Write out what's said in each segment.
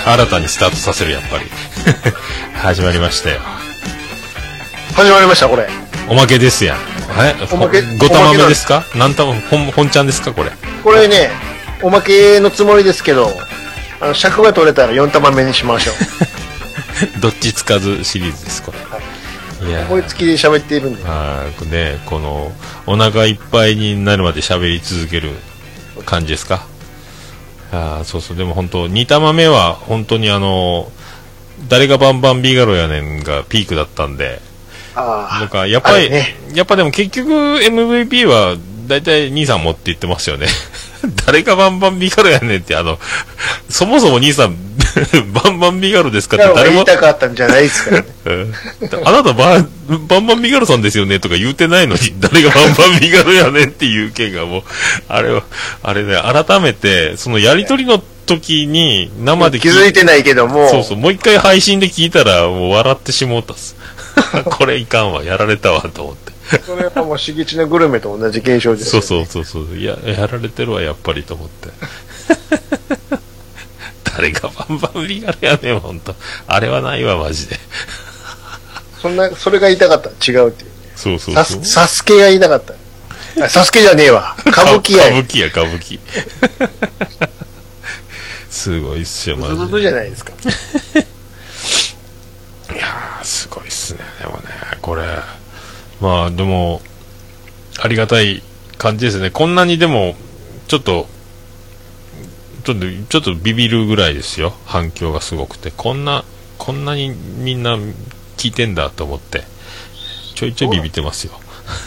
新たにスタートさせる、やっぱり。始まりましたよ。 始まりました、これ。 おまけですやん。 おまけごたまめですか？なんた本ちゃんですか、これ。 これね、おまけのつもりですけど、尺が取れたら4玉目にしましょう。どっちつかずシリーズです、これ。 はい、いや思いつきで喋っているんで。 ね、この、お腹いっぱいになるまで喋り続ける感じですか？そうそう、でも本当、2玉目は本当に誰がバンバンビーガロやねんがピークだったんで、なんかやっぱり、ね、やっぱでも結局 MVP はだいたい兄さん持って言ってますよね。誰がバンバンビーガロやねんってそもそも兄さんバンバンビーガロですかって誰も言いたかったんじゃないですかね。 あなたバンバンビーガロさんですよねとか言うてないのに誰がバンバンビーガロやねんっていう件がもうあれね、改めてそのやりとりの時に生で気づいてないけども、 そうそうもう一回配信で聞いたらもう笑ってしもうたっす。これいかんわ、やられたわと思って。 それはもう敷地のグルメと同じ現象ですよね。 そうやられてるわやっぱりと思って。誰がバンバンビーガロやねん、本当。あれはないわマジで。 それが言いたかったら違うっていうね。 そうサスケが言いたかった。サスケじゃねえわ。歌舞伎や。 歌舞伎。すごいっすよマジで。 ずずじゃないですか。 いやーすごいっすね。でもねこれまあでもありがたい感じですね。こんなにでもちょっとビビるぐらいですよ。反響がすごくてこんなにみんな聞いてんだと思ってちょいちょいビビってますよ。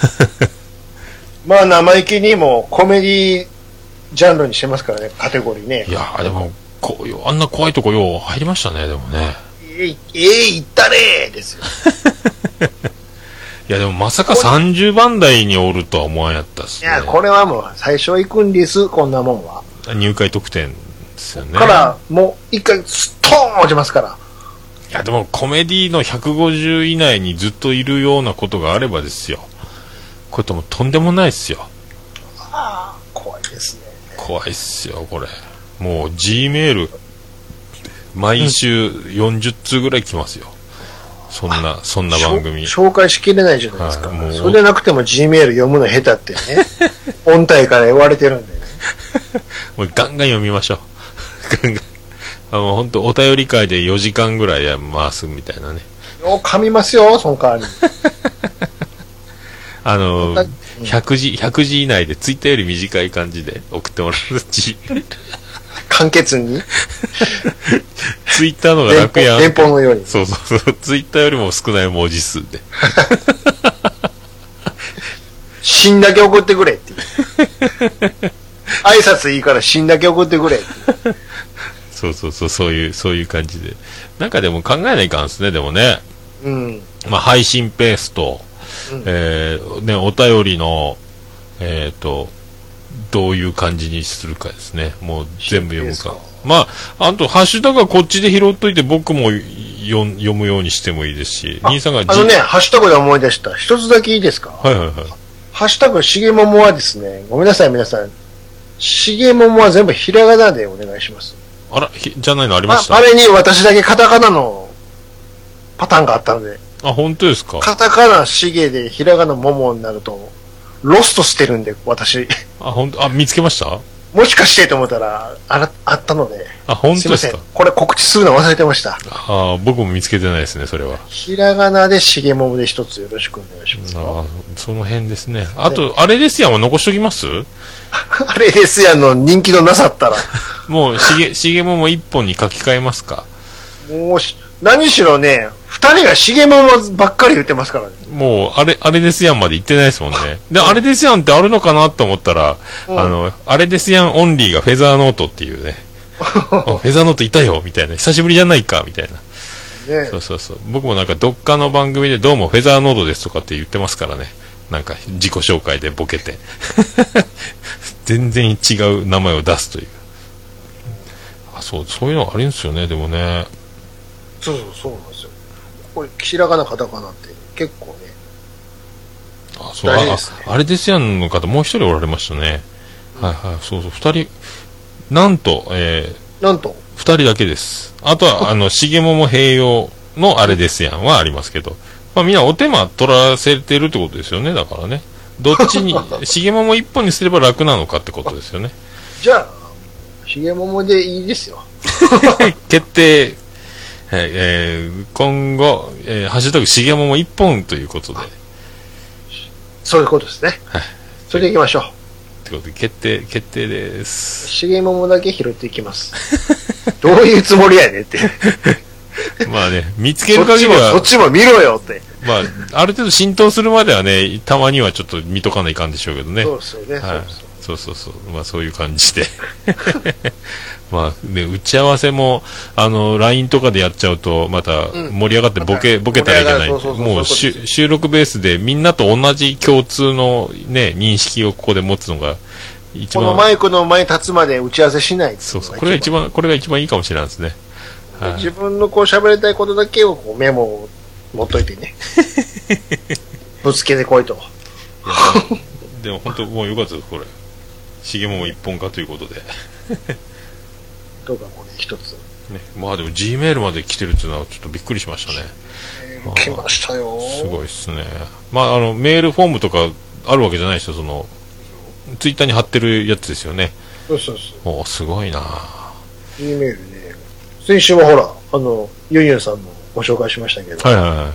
まあ生意気にもコメディジャンルにしてますからね、カテゴリーね。 いやーでもあんな怖いとこよう入りましたね。でもねいったねーですよ。 いやでもまさか30番台におるとは思わんやったっすね。 いやこれはもう最初行くんです、こんなもんは。 入会特典ですよね。 からもう一回ストーン落ちますから。 いやでもコメディの150以内にずっといるようなことがあればですよ、これとんでもないですよ。 怖いですね。 怖いっすよこれ。もう G メール毎週40通ぐらい来ますよ。そんな番組紹介しきれないじゃないですか。それでなくても G メール読むの下手ってね。音体から言われてるんでね。 もうガンガン読みましょう。ガンガン。本当お便り会で4時間ぐらい回すみたいなね。 噛みますよ、その代わりに。 100字以内でツイッターより短い感じで送ってもらう。 簡潔に。 ツイッターのが楽やん。 連邦のように。 そうツイッターよりも少ない文字数で。 芯だけ送ってくれっていう。挨拶いいから芯だけ送ってくれっていう。 そういう感じで。なんかでも考えないかんですね、でもね。 うん。 まあ配信ペースと、ね、お便りの、どういう感じにするかですね。もう全部読むか。まあ、あと、ハッシュタグはこっちで拾っといて僕も読むようにしてもいいですし、兄さんがハッシュタグで思い出した。一つだけいいですか？ はい。 ハッシュタグしげももはですね、ごめんなさい皆さん。しげももは全部ひらがなでお願いします。 あら、じゃないのありました？ あれに私だけカタカナのパターンがあったので。 あ、本当ですか？ カタカナしげでひらがなももになると、ロストしてるんで、私。 見つけました？ もしかしてと思ったら、あったので。 本当ですか？ すいません。これ告知するの忘れてました。 僕も見つけてないですね、それは。 ひらがなでしげももで一つよろしくお願いします。 その辺ですね。あと、あれですやんは残しときます？ あれですやんの人気のなさったら。 もう、しげもも一本に書き換えますか？ もう何しろね、二人がしげももばっかり言ってますからね。 もう、あれですやんまで言ってないですもんね。で、あれですやんってあるのかなと思ったら、あれですやんオンリーがフェザーノートっていうね。フェザーノートいたよみたいな。久しぶりじゃないかみたいな。 ね、 そう。僕もなんかどっかの番組でどうもフェザーノートですとかって言ってますからね。なんか自己紹介でボケて。全然違う名前を出すという。そういうのあるんですよね、でもね。 そうなんですよ。これ、ひらがな、カタカナって結構ね。大事ですね。 あれですやんの方、もう一人おられましたね。はい。二人、なんと、 二人だけです。あとは、重桃併用のあれですやんはありますけど、まあみんなお手間取らせてるってことですよね、だからね。どっちに、重桃一本にすれば楽なのかってことですよね。 じゃあ、重桃でいいですよ。 決定。今後、ハッシュタグ重桃一本ということで。 そういうことですね。 はい。 それでいきましょう。 ということで、決定です。 重桃だけ拾っていきます。どういうつもりやねんって。 まあね、見つける限りは。 そっちも見ろよって。 まあ、ある程度浸透するまではね、たまにはちょっと見とかないかんでしょうけどね。 そうですよね。 はい。そう。まあそういう感じで。まあね、打ち合わせも、LINE とかでやっちゃうと、また盛り上がってボケたらいけない。もう収録ベースでみんなと同じ共通のね、認識をここで持つのが、一番。 このマイクの前に立つまで打ち合わせしない。 そう。これが一番いいかもしれないですね。 はい、自分のこう喋りたいことだけをこうメモを持っといてね。ぶつけてこいと。 でも本当もうよかったです、これ。重桃一本化ということで。 どうかこれ一つ。 ね、まあでも G メールまで来てるっていうのはちょっとびっくりしましたね。 来ましたよ。 すごいですね。まあメールフォームとかあるわけじゃないですよ、その、ツイッターに貼ってるやつですよね。 そう。 おすごいな G メールね。先週はほら、ユンユンさんのご紹介しましたけど。 はい。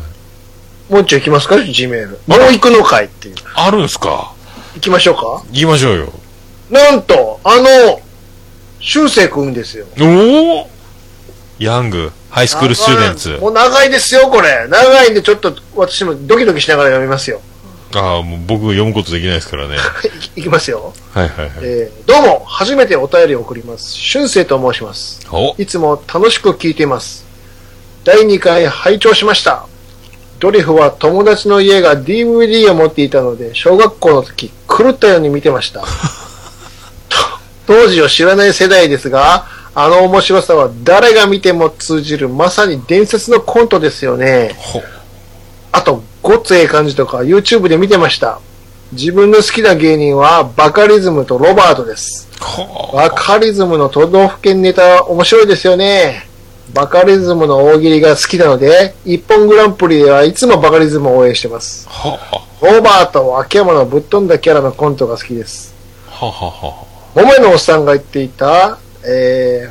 もう一丁行きますか G メール。もう行くのかいっていう。 あるんすか？ 行きましょうか？ 行きましょうよ。 なんと、修正くんですよ。 おおヤング、ハイスクールスチューデンツ。 もう長いですよ、これ。長いんで、ちょっと私もドキドキしながら読みますよ。 ああ、もう僕読むことできないですからね。 いきますよ。 はい。 どうも、初めてお便りを送ります。俊生と申します。いつも楽しく聞いています。第2回拝聴しました。ドリフは友達の家が DVD を持っていたので、小学校の時、狂ったように見てました。当時を知らない世代ですが、面白さは誰が見ても通じるまさに伝説のコントですよね。あと、ごっつええ感じとか YouTube で見てました。自分の好きな芸人はバカリズムとロバートです。バカリズムの都道府県ネタ面白いですよね。バカリズムの大喜利が好きなので、一本グランプリではいつもバカリズムを応援してます。ロバートは秋山のぶっ飛んだキャラのコントが好きです。桃井のおっさんが言っていた、フー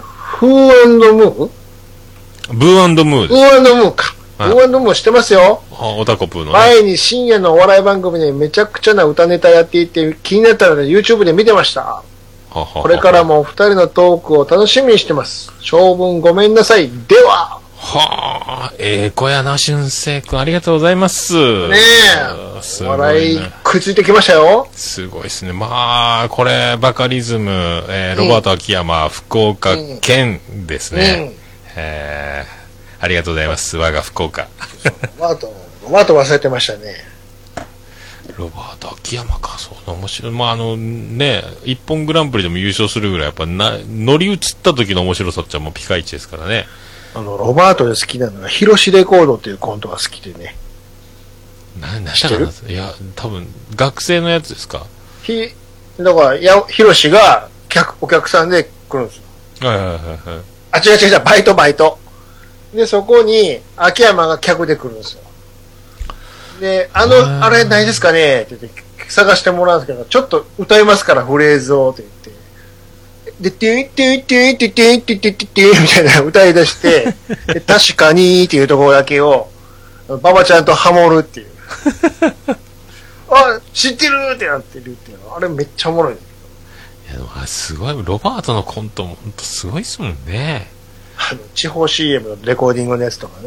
&ムー？ ブー&ムーです。 ブー&ムーか。ブー&ムーしてますよ。 オタコプーの、ね。 前に深夜のお笑い番組でめちゃくちゃな歌ネタやっていて気になったので YouTube で見てました。これからもお二人のトークを楽しみにしてます。長文ごめんなさい。では。 はあ、子やな、俊生くん、ありがとうございます。 ねえ。笑い食いついてきましたよ。 すごいですね。まあ、これ、バカリズム、ロバート秋山、福岡県ですね。ありがとうございます。我が福岡。 ロバート忘れてましたね。 ロバート秋山か、そうな、面白い。まあ、ね、一本グランプリでも優勝するぐらい、やっぱ乗り移った時の面白さってもうピカイチですからね。 ロバートで好きなのが、ヒロシレコードっていうコントが好きでね。 知ってる？いや、多分、学生のやつですか？ だから、ヒロシがお客さんで来るんですよ。 はい。 あ、違う、バイト。で、そこに、秋山が客で来るんですよ。で、あれないですかねって言って探してもらうんですけど、ちょっと歌いますから、フレーズをって言って。で、ティーティーティーティーティーティーティーティーみたいな歌い出して、で確かにっていうところだけを、ババちゃんとハモるっていう。あ、知ってるってなってるっていうの。あれめっちゃおもろい。いや、でもすごい、ロバートのコントも本当すごいっすもんね。 地方 CM のレコーディングのやつとかね。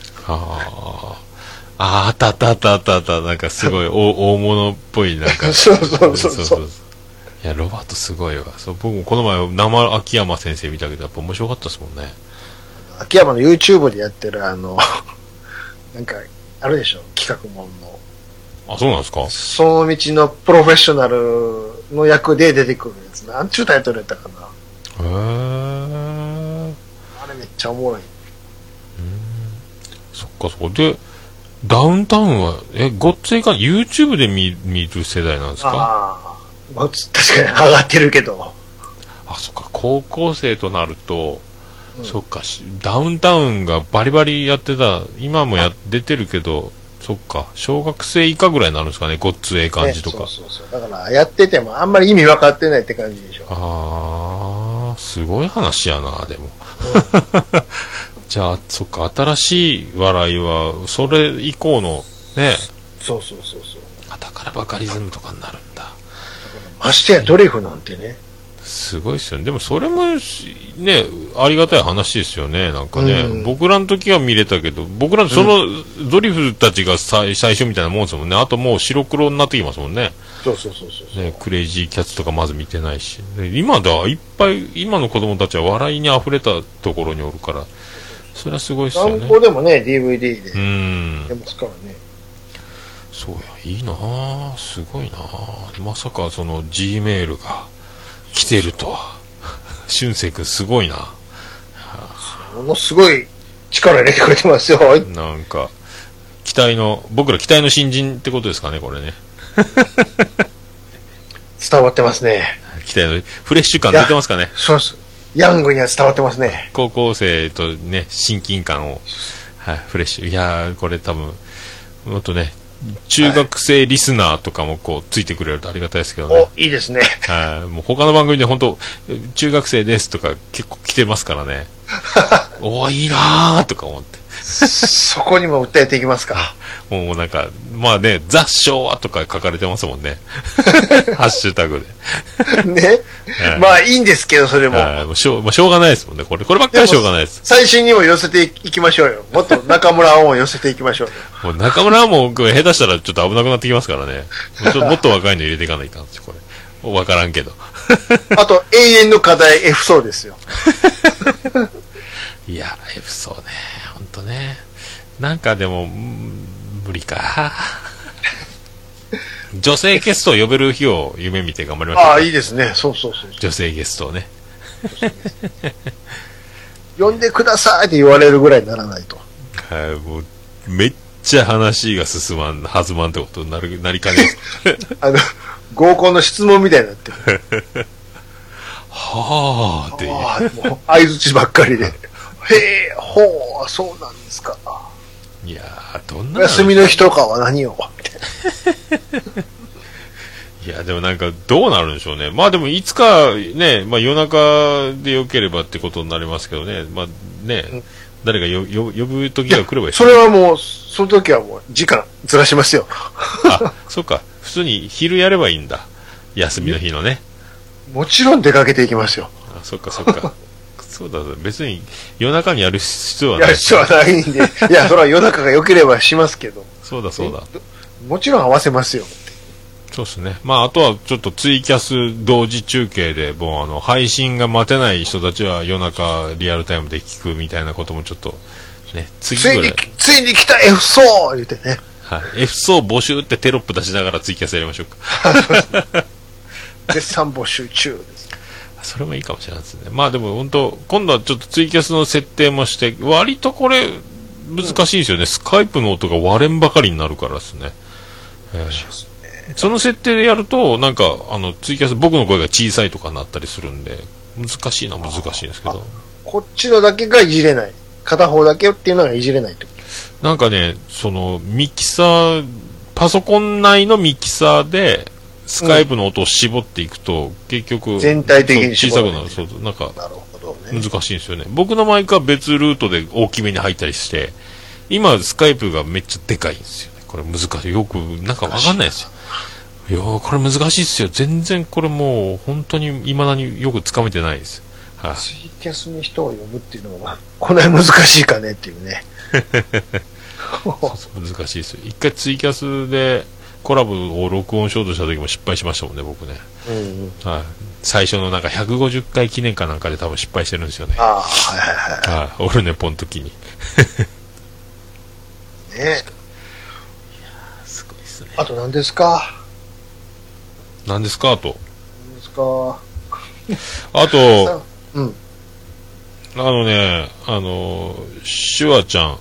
あった。なんかすごい大物っぽい、なんか。 そう。 いや、ロバートすごいわ。僕もこの前、生秋山先生見たけど、やっぱ面白かったですもんね。 秋山の YouTube でやってる、なんか、あるでしょ、企画もんの。 あ、そうなんですか？ その道のプロフェッショナルの役で出てくるやつ。なんちゅうタイトルやったかな。あれめっちゃおもろい。 そっか。で、ダウンタウンは、ごっついか YouTube で見る世代なんですか？ 確かに上がってるけど。 あ、そっか、高校生となると、 そっか、ダウンタウンがバリバリやってた、今も出てるけど、そっか、小学生以下ぐらいになるんですかね、ごっつええ感じとか、 そうだからやっててもあんまり意味分かってないって感じでしょ。 ああ、すごい話やな、でも。じゃあ、そっか、新しい笑いは、それ以降の、ね。 そう。 だからバカリズムとかになるんだ。 ましてやドリフなんてね。 すごいですよね。でもそれも、ね、ありがたい話ですよね。なんかね、僕らの時は見れたけど、僕らその、ドリフたちが最初みたいなもんですもんね。あともう白黒になってきますもんね。 そう。 ね、クレイジーキャッツとかまず見てないし。今だ、いっぱい、今の子供たちは笑いに溢れたところにおるから、それはすごいですよね。 学校でもね、DVD で。出ますからね。 そうや、いいなぁ、すごいなぁ。まさかその G メールが来てるとは。俊く君すごいな。 ものすごい力入れてくれてますよ。 なんか、僕ら期待の新人ってことですかね、これね。 伝わってますね。 期待の、フレッシュ感出てますかね。 そうです。ヤングには伝わってますね。 高校生とね、親近感を、はい、フレッシュ。いやー、これ多分、もっとね、中学生リスナーとかもこうついてくれるとありがたいですけどね。 お、いいですね。 はい、もう他の番組で本当中学生ですとか結構来てますからね。お、いいなーとか思って。 そこにも訴えていきますか。 もうなんか、まあね、ザ・昭和とか書かれてますもんね。ハッシュタグで。 ね。まあいいんですけど、それも。 もうしょうがないですもんね。こればっかりしょうがないです。 最新にも寄せていきましょうよ。もっと中村を寄せていきましょうよ。 もう中村はもう下手したらちょっと危なくなってきますからね。もっと若いの入れていかないかんですよ、これ。わからんけど。 あと、永遠の課題 F 層ですよ。 いや、F 層ね。ほんとね。なんかでも、無理か。女性ゲストを呼べる日を夢見て頑張りましょう。 ああ、いいですね。そう。 女性ゲストをね。 呼んでくださいって言われるぐらいにならないと。 はい、もう、めっちゃ話が進まん、弾まんってことになりかねます。合コンの質問みたいになってる。 はあっていう。 もう相づちばっかりで。へえ、ほう、そうなんですか。 いやー、どんな。 お休みの日とかは何をみたいな。 いや、でもなんか、どうなるんでしょうね。まあでも、いつかね、まあ夜中でよければってことになりますけどね。まあね、誰が呼ぶ時が来ればいい。 それはもう、その時はもう、時間ずらしますよ。 あ、そっか。普通に昼やればいいんだ。休みの日のね。 もちろん出かけていきますよ。 あ、そっか。そうだ、別に夜中にやる必要はない。 やる必要はないんで。いや、それは夜中が良ければしますけど。 そうだ。 もちろん合わせますよ。 そうですね。まあ、あとはちょっとツイキャス同時中継で、もう配信が待てない人たちは夜中リアルタイムで聞くみたいなこともちょっと、ね、次ぐらい。 ついに来た F 層言ってね。 はい。F 層募集ってテロップ出しながらツイキャスやりましょうか。 絶賛募集中です。 それもいいかもしれないですね。まあでも本当、今度はちょっとツイキャスの設定もして、割とこれ、難しいですよね。スカイプの音が割れんばかりになるからですね。その設定でやると、なんか、ツイキャス、僕の声が小さいとかになったりするんで、難しいんですけど。 こっちのだけがいじれない。片方だけっていうのがいじれないってこと。 なんかね、ミキサー、パソコン内のミキサーで、スカイプの音を絞っていくと、結局、 全体的に小さくなる。そう、なんか、難しいんですよね。僕のマイクは別ルートで大きめに入ったりして、今、スカイプがめっちゃでかいんですよね。これ難しい。よく、なんかわかんないですよ。いやー、これ難しいっすよ。全然これもう、本当に未だによくつかめてないです。 はい、ツイキャスに人を呼ぶっていうのは、こんなに難しいかねっていうね。 そう難しいですよ。一回ツイキャスでコラボを録音しようとした時も失敗しましたもんね、僕ね。はい、最初のなんか150回記念かなんかで多分失敗してるんですよね。はい、オルネポの時に。ねえ。いやすごいですね。 あと何ですか。 何ですかあと。 何ですか。 あと、シュワちゃん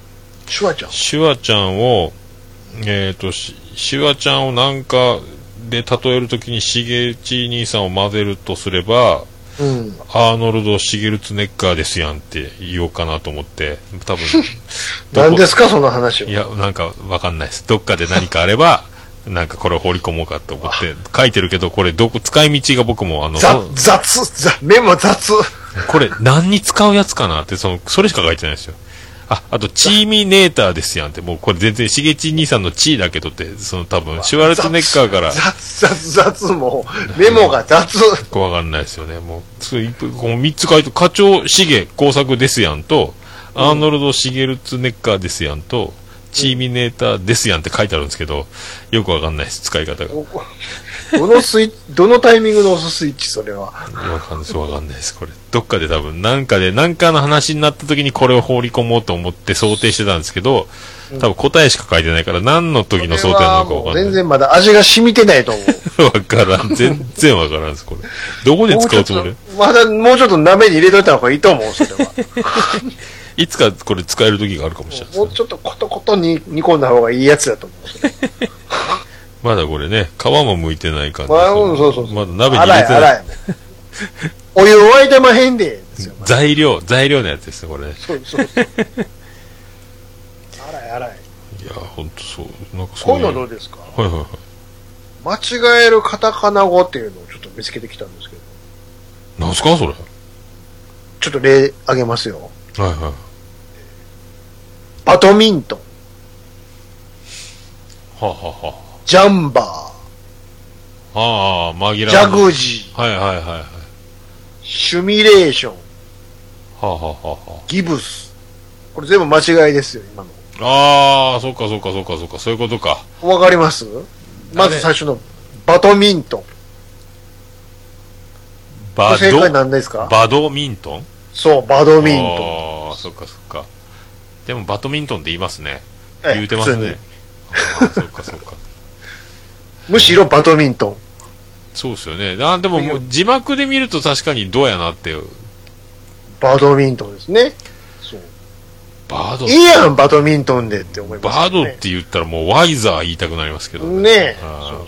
を、シュワちゃんをなんかで例えるときにしげち兄さんを混ぜるとすれば、 うん、 アーノルド・シゲルツネッカーですやんって言おうかなと思って、多分何ですかその話は。 いや、なんかわかんないです。どっかで何かあればなんかこれを放り込もうかと思って書いてるけど、これ使い道が僕もメモ雑これ何に使うやつかなって、それしか書いてないですよ。あと、チーミネーターですやんって、もうこれ全然、しげち兄さんのチーだけとって、多分、シュワルツェネッカーから。 雑、もう、メモが雑。 わかんないですよね。もう、この3つ書いて、課長しげ工作ですやんと、アーノルド・シゲルツネッカーですやんと、チーミネーターですやんって書いてあるんですけど、よくわかんないです、使い方が。 どのタイミングの押すスイッチ、それは。 わかんないです、これ。どっかで多分、なんかの話になった時にこれを放り込もうと思って想定してたんですけど、多分答えしか書いてないから、何の時の想定なのかわかんない。 全然まだ味が染みてないと思う。 わからん。全然わからんです、これ。どこで使うつもり？ もうちょっと鍋に入れといた方がいいと思う、それは。 いつかこれ使える時があるかもしれない。 もうちょっとコトコトに煮込んだ方がいいやつだと思う。 まだこれね、皮も剥いてない感じ。 そう。 まだ鍋に入れてない。 洗い。お湯沸いてまへんで。 材料のやつですね、これね。 そう。洗い。 いや、ほんとそう。なんかこういうのどうですか？ はい。 間違えるカタカナ語っていうのをちょっと見つけてきたんですけど。 なんすか、それ。 ちょっと例挙げますよ。 はい。 バドミントン。 は。 ジャンバー。紛らわしい。 ジャグジー。はい。 シュミレーション。 は。 ギブス。これ全部間違いですよ、今の。 そうか。そういうことか。 わかります？まず最初のバドミントン。正解何ですか？ バドミントン？ そう、バドミントン。そっか。でもバドミントンって言いますね。言うてますね。そっか。 むしろバドミントン。 そうですよね。でももう字幕で見ると確かにどうやなっていう。 バドミントンですね。そう。いいやん、バドミントンでって思います、 ね。バドって言ったらもうワイザー言いたくなりますけどね。ねえ。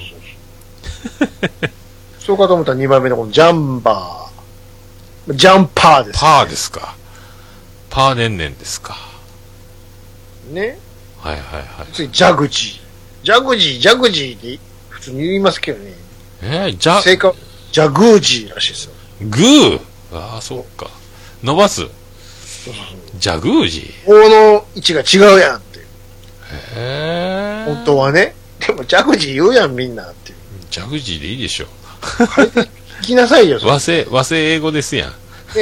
そうかと思ったら2番目のこのジャンバー。ジャンパーです、ね。 パーですか。パーねんですか。 ね。 はい。 次、ジャグジーって普通に言いますけどね。正解、ジャグージーらしいですよ。 グー？そうか。伸ばす。 そう。 ジャグージー。Oの位置が違うやんって。 本当はね。でもジャグジー言うやんみんなっていう。 ジャグジーでいいでしょ。 変えて聞きなさいよ。 和製英語ですやん。ね、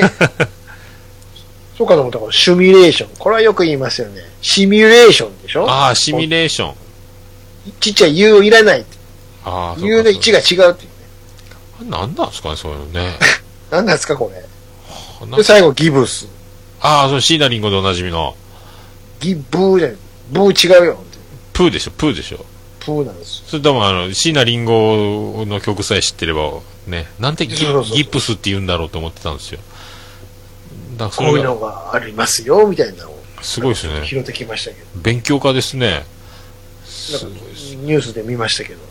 そうかと思ったらシミュレーション。これはよく言いますよね。シミュレーションでしょ？ シミュレーション。 ちっちゃい U いらないって。U の位置が違うっていうね。何なんですかね、そういうのね。 何なんですか、これ。で、最後、ギブス。 そのシーナリンゴでおなじみの。 ブーじゃない。ブー違うよ。 プーでしょ。プーなんですよ。 それともシーナリンゴの曲さえ知ってれば、ね、なんてギップスって言うんだろうと思ってたんですよ。 こういうのがありますよ、みたいなのを。 すごいですね。 拾ってきましたけど。 勉強家ですね。 ニュースで見ましたけど。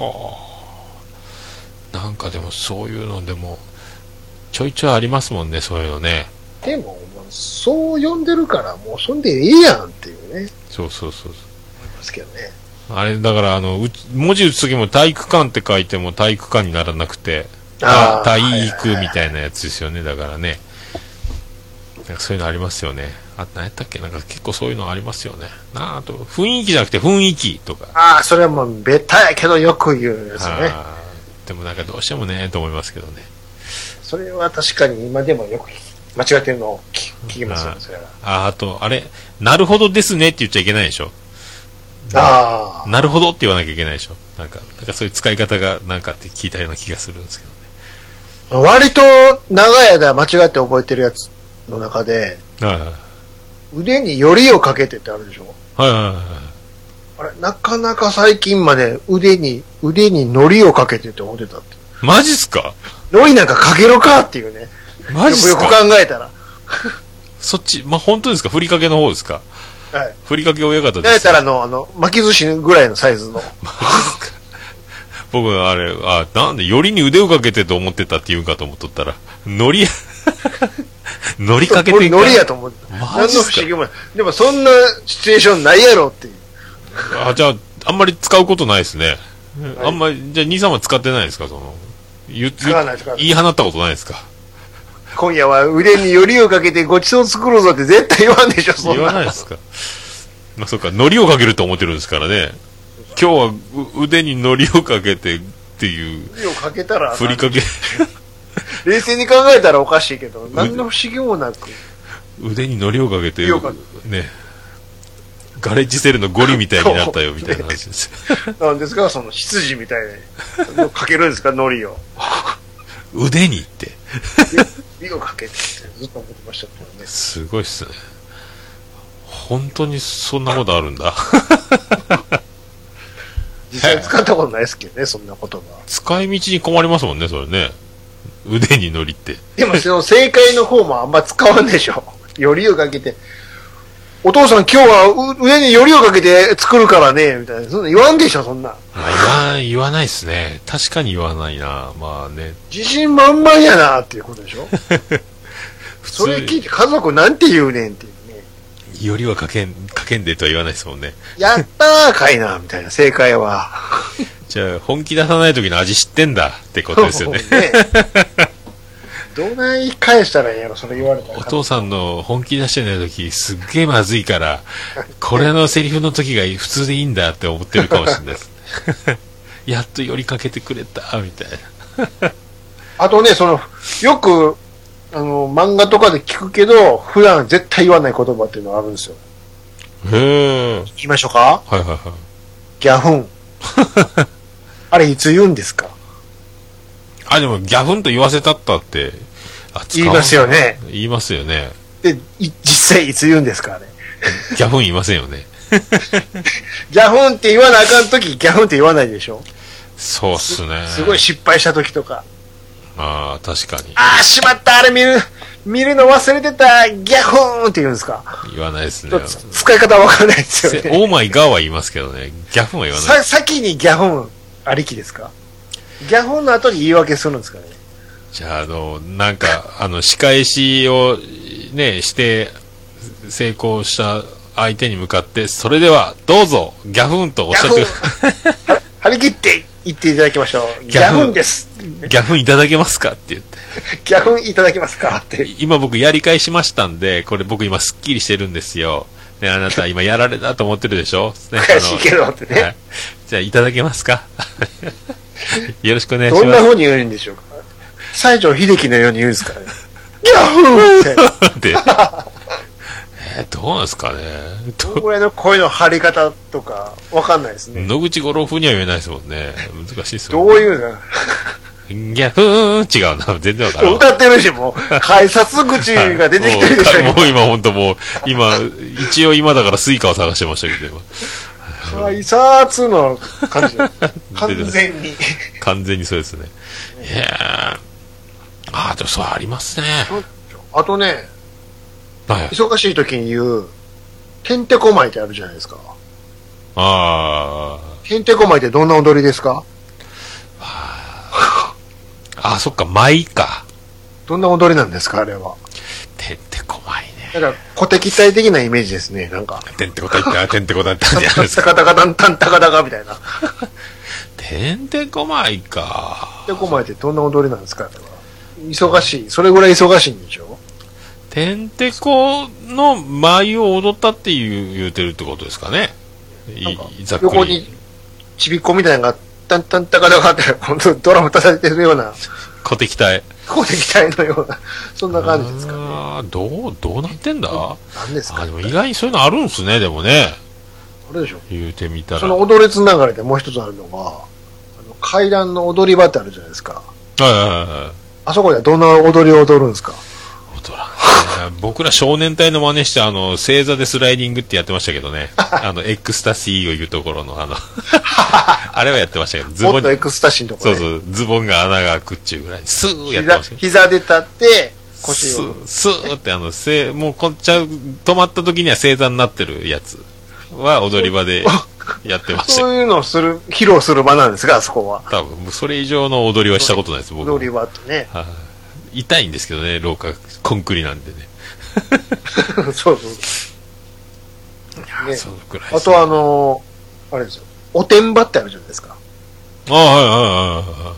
なんかでもそういうのでもちょいちょいありますもんね、そういうのね。 でもそう呼んでるからもうそんでええやんっていうね。 そう思いますけどね。 あれだから文字打つ時も体育館って書いても体育館にならなくて体育みたいなやつですよね。だからね、なんかそういうのありますよね。何やったっけ、なんか結構そういうのありますよね。あと雰囲気じゃなくて雰囲気とか。 それはもうベタやけどよく言うやつね。 でもなんかどうしてもねと思いますけどね。 それは確かに今でもよく間違ってるのを聞きますよね。それはあとあれ、なるほどですねって言っちゃいけないでしょ。なるほどって言わなきゃいけないでしょ。なんかそういう使い方がなんかって聞いたような気がするんですけどね。 割と長い間間違って覚えてるやつの中で、腕によりをかけてってあるでしょ。あれ、なかなか最近まで腕にのりをかけてって思ってたって。 マジっすか？ のりなんかかけろかっていうね。 マジっすか？ よく考えたら。 そっち、本当ですか？ふりかけの方ですか？ はい。 ふりかけ親方です。 だいたら巻き寿司ぐらいのサイズの。 マジっすか？ 僕あれ、なんで、よりに腕をかけてと思ってたって言うんかと思っとったら、乗りかけてんか。 乗りやと思って。何の不思議もない。でもそんなシチュエーションないやろっていう。 じゃあ、あんまり使うことないですね。あんまり、じゃあ、兄さんは使ってないですか、使わない。言い放ったことないですか。 今夜は腕によりをかけてごちそう作るぞって絶対言わんでしょ、そんな。 言わないですか。まあ、そうか、海苔をかけると思ってるんですからね。今日は腕に海苔をかけてっていう。 海苔をかけたら。 ふりかけ。 冷静に考えたらおかしいけど、何の不思議もなく。 腕に海苔をかけて、ね。ガレッジセルのゴリみたいになったよみたいな話です。 なんですか、その羊みたいにかけるんですか、海苔を。 腕にって。 海苔をかけてってずっと思ってましたけどね。 すごいっすね。本当にそんなことあるんだ。 実際使ったことないですけどね、そんな言葉。 使い道に困りますもんね、それね。腕に海苔って。 でもその正解の方もあんま使わんでしょ。よりをかけて。お父さん今日は上によりをかけて作るからね、みたいな。そんな言わんでしょ、そんな。 言わないっすね。確かに言わないな。まあね。 自信満々やな、っていうことでしょ。それ聞いて家族なんて言うねんっていうね。 よりはかけんでとは言わないですもんね。 やったーかいな、みたいな、正解は。 じゃあ、本気出さない時の味知ってんだってことですよね。 どない返したらいいやろ、それ言われたら。 お父さんの本気出してない時すっげえまずいからこれのセリフの時が普通でいいんだって思ってるかもしれないですやっと寄りかけてくれたみたいなあとね、よく漫画とかで聞くけど普段絶対言わない言葉っていうのがあるんですよ。 へえ。 言いましょうか。 はいはいはい。 ギャフン。あれいつ言うんですか。 でもギャフンと言わせたったって言いますよね。 言いますよね。 で、実際いつ言うんですか、あれ。 ギャフン言いませんよね。 ギャフンって言わなあかんとき、ギャフンって言わないでしょ。 そうっすね。 すごい失敗したときとか。 確かに。 しまった、あれ見るの忘れてた、ギャフーンって言うんですか。 言わないですね。 使い方わかんないですよね。 オーマイガーは言いますけどね。ギャフンは言わない。 先にギャフンありきですか。ギャフンの後に言い訳するんですかね。 じゃあ、なんか、仕返しをね、して成功した相手に向かって、それではどうぞギャフンとおっしゃって張り切って言っていただきましょう。ギャフンです。 ギャフンいただけますかって言って。 ギャフンいただけますかって。 今僕やり返しましたんで、これ僕今スッキリしてるんですよ。ね、あなた今やられたと思ってるでしょ、ね、 悔しいけどってね。はい、 じゃあいただけますかよろしくお願いします。 どんな風に言うんでしょうか。西城秀樹のように言うんですかね。ギャフンって。 どうなんですかね。 どのぐらいの声の張り方とかわかんないですね。 野口五郎風には言えないですもんね。難しいですもんね。どういうのギャフーン違うな。全然わからない。 歌ってるし、もう、改札口が出てきてるでしょ。 もう今ほんともう、一応今だからスイカを探してましたけど、 今。改札の感じ。完全に。 完全にそうですね。いやでもそうありますね。 あとね、 はい、 忙しい時に言う、てんてこまいってあるじゃないですか。てんてこまいってどんな踊りですか？ そっか、舞か。 どんな踊りなんですか、あれは。 てんてこまいね。 だから、小敵体的なイメージですね、なんか。 てんてこたいって、てんてこたいって感じなんですか。 タカタカタンタンタカタカみたいな。 てんてこまいか。 てんてこまいってどんな踊りなんですか、あれは。忙しい。それぐらい忙しいんでしょ？ てんてこの舞を踊ったって言うてるってことですかね。ざっくり。 横にちびっこみたいなのがタンタンタカタカって本当ドラム叩いてるような小敵隊のようなそんな感じですかね。 どうなってんだ？ なんですか？ でも意外にそういうのあるんですね。でもね。 あれでしょ。 言うてみたら。 その踊りつながりでもう一つあるのが階段の踊り場ってあるじゃないですか。あそこではどんな踊りを踊るんですか？ 踊らん、僕ら少年隊の真似して正座でスライディングってやってましたけどね。エクスタシーを言うところのあれはやってましたけど、 ズボンもっとエクスタシーのところ、ね、 そうズボンが穴が開くっちゅうぐらいスーやってました。 膝で立って腰をスーってもうこっちゃ止まった時には正座になってるやつは踊り場でやってました。 そういうのを披露する場なんですが、あそこは。 多分、それ以上の踊りはしたことないです、僕。 踊りはとね。 痛いんですけどね、廊下、コンクリなんでね。 そうそう。ね、 そうくらいあとあれですよ。おてんばってあるじゃないですか。 はいはいはい。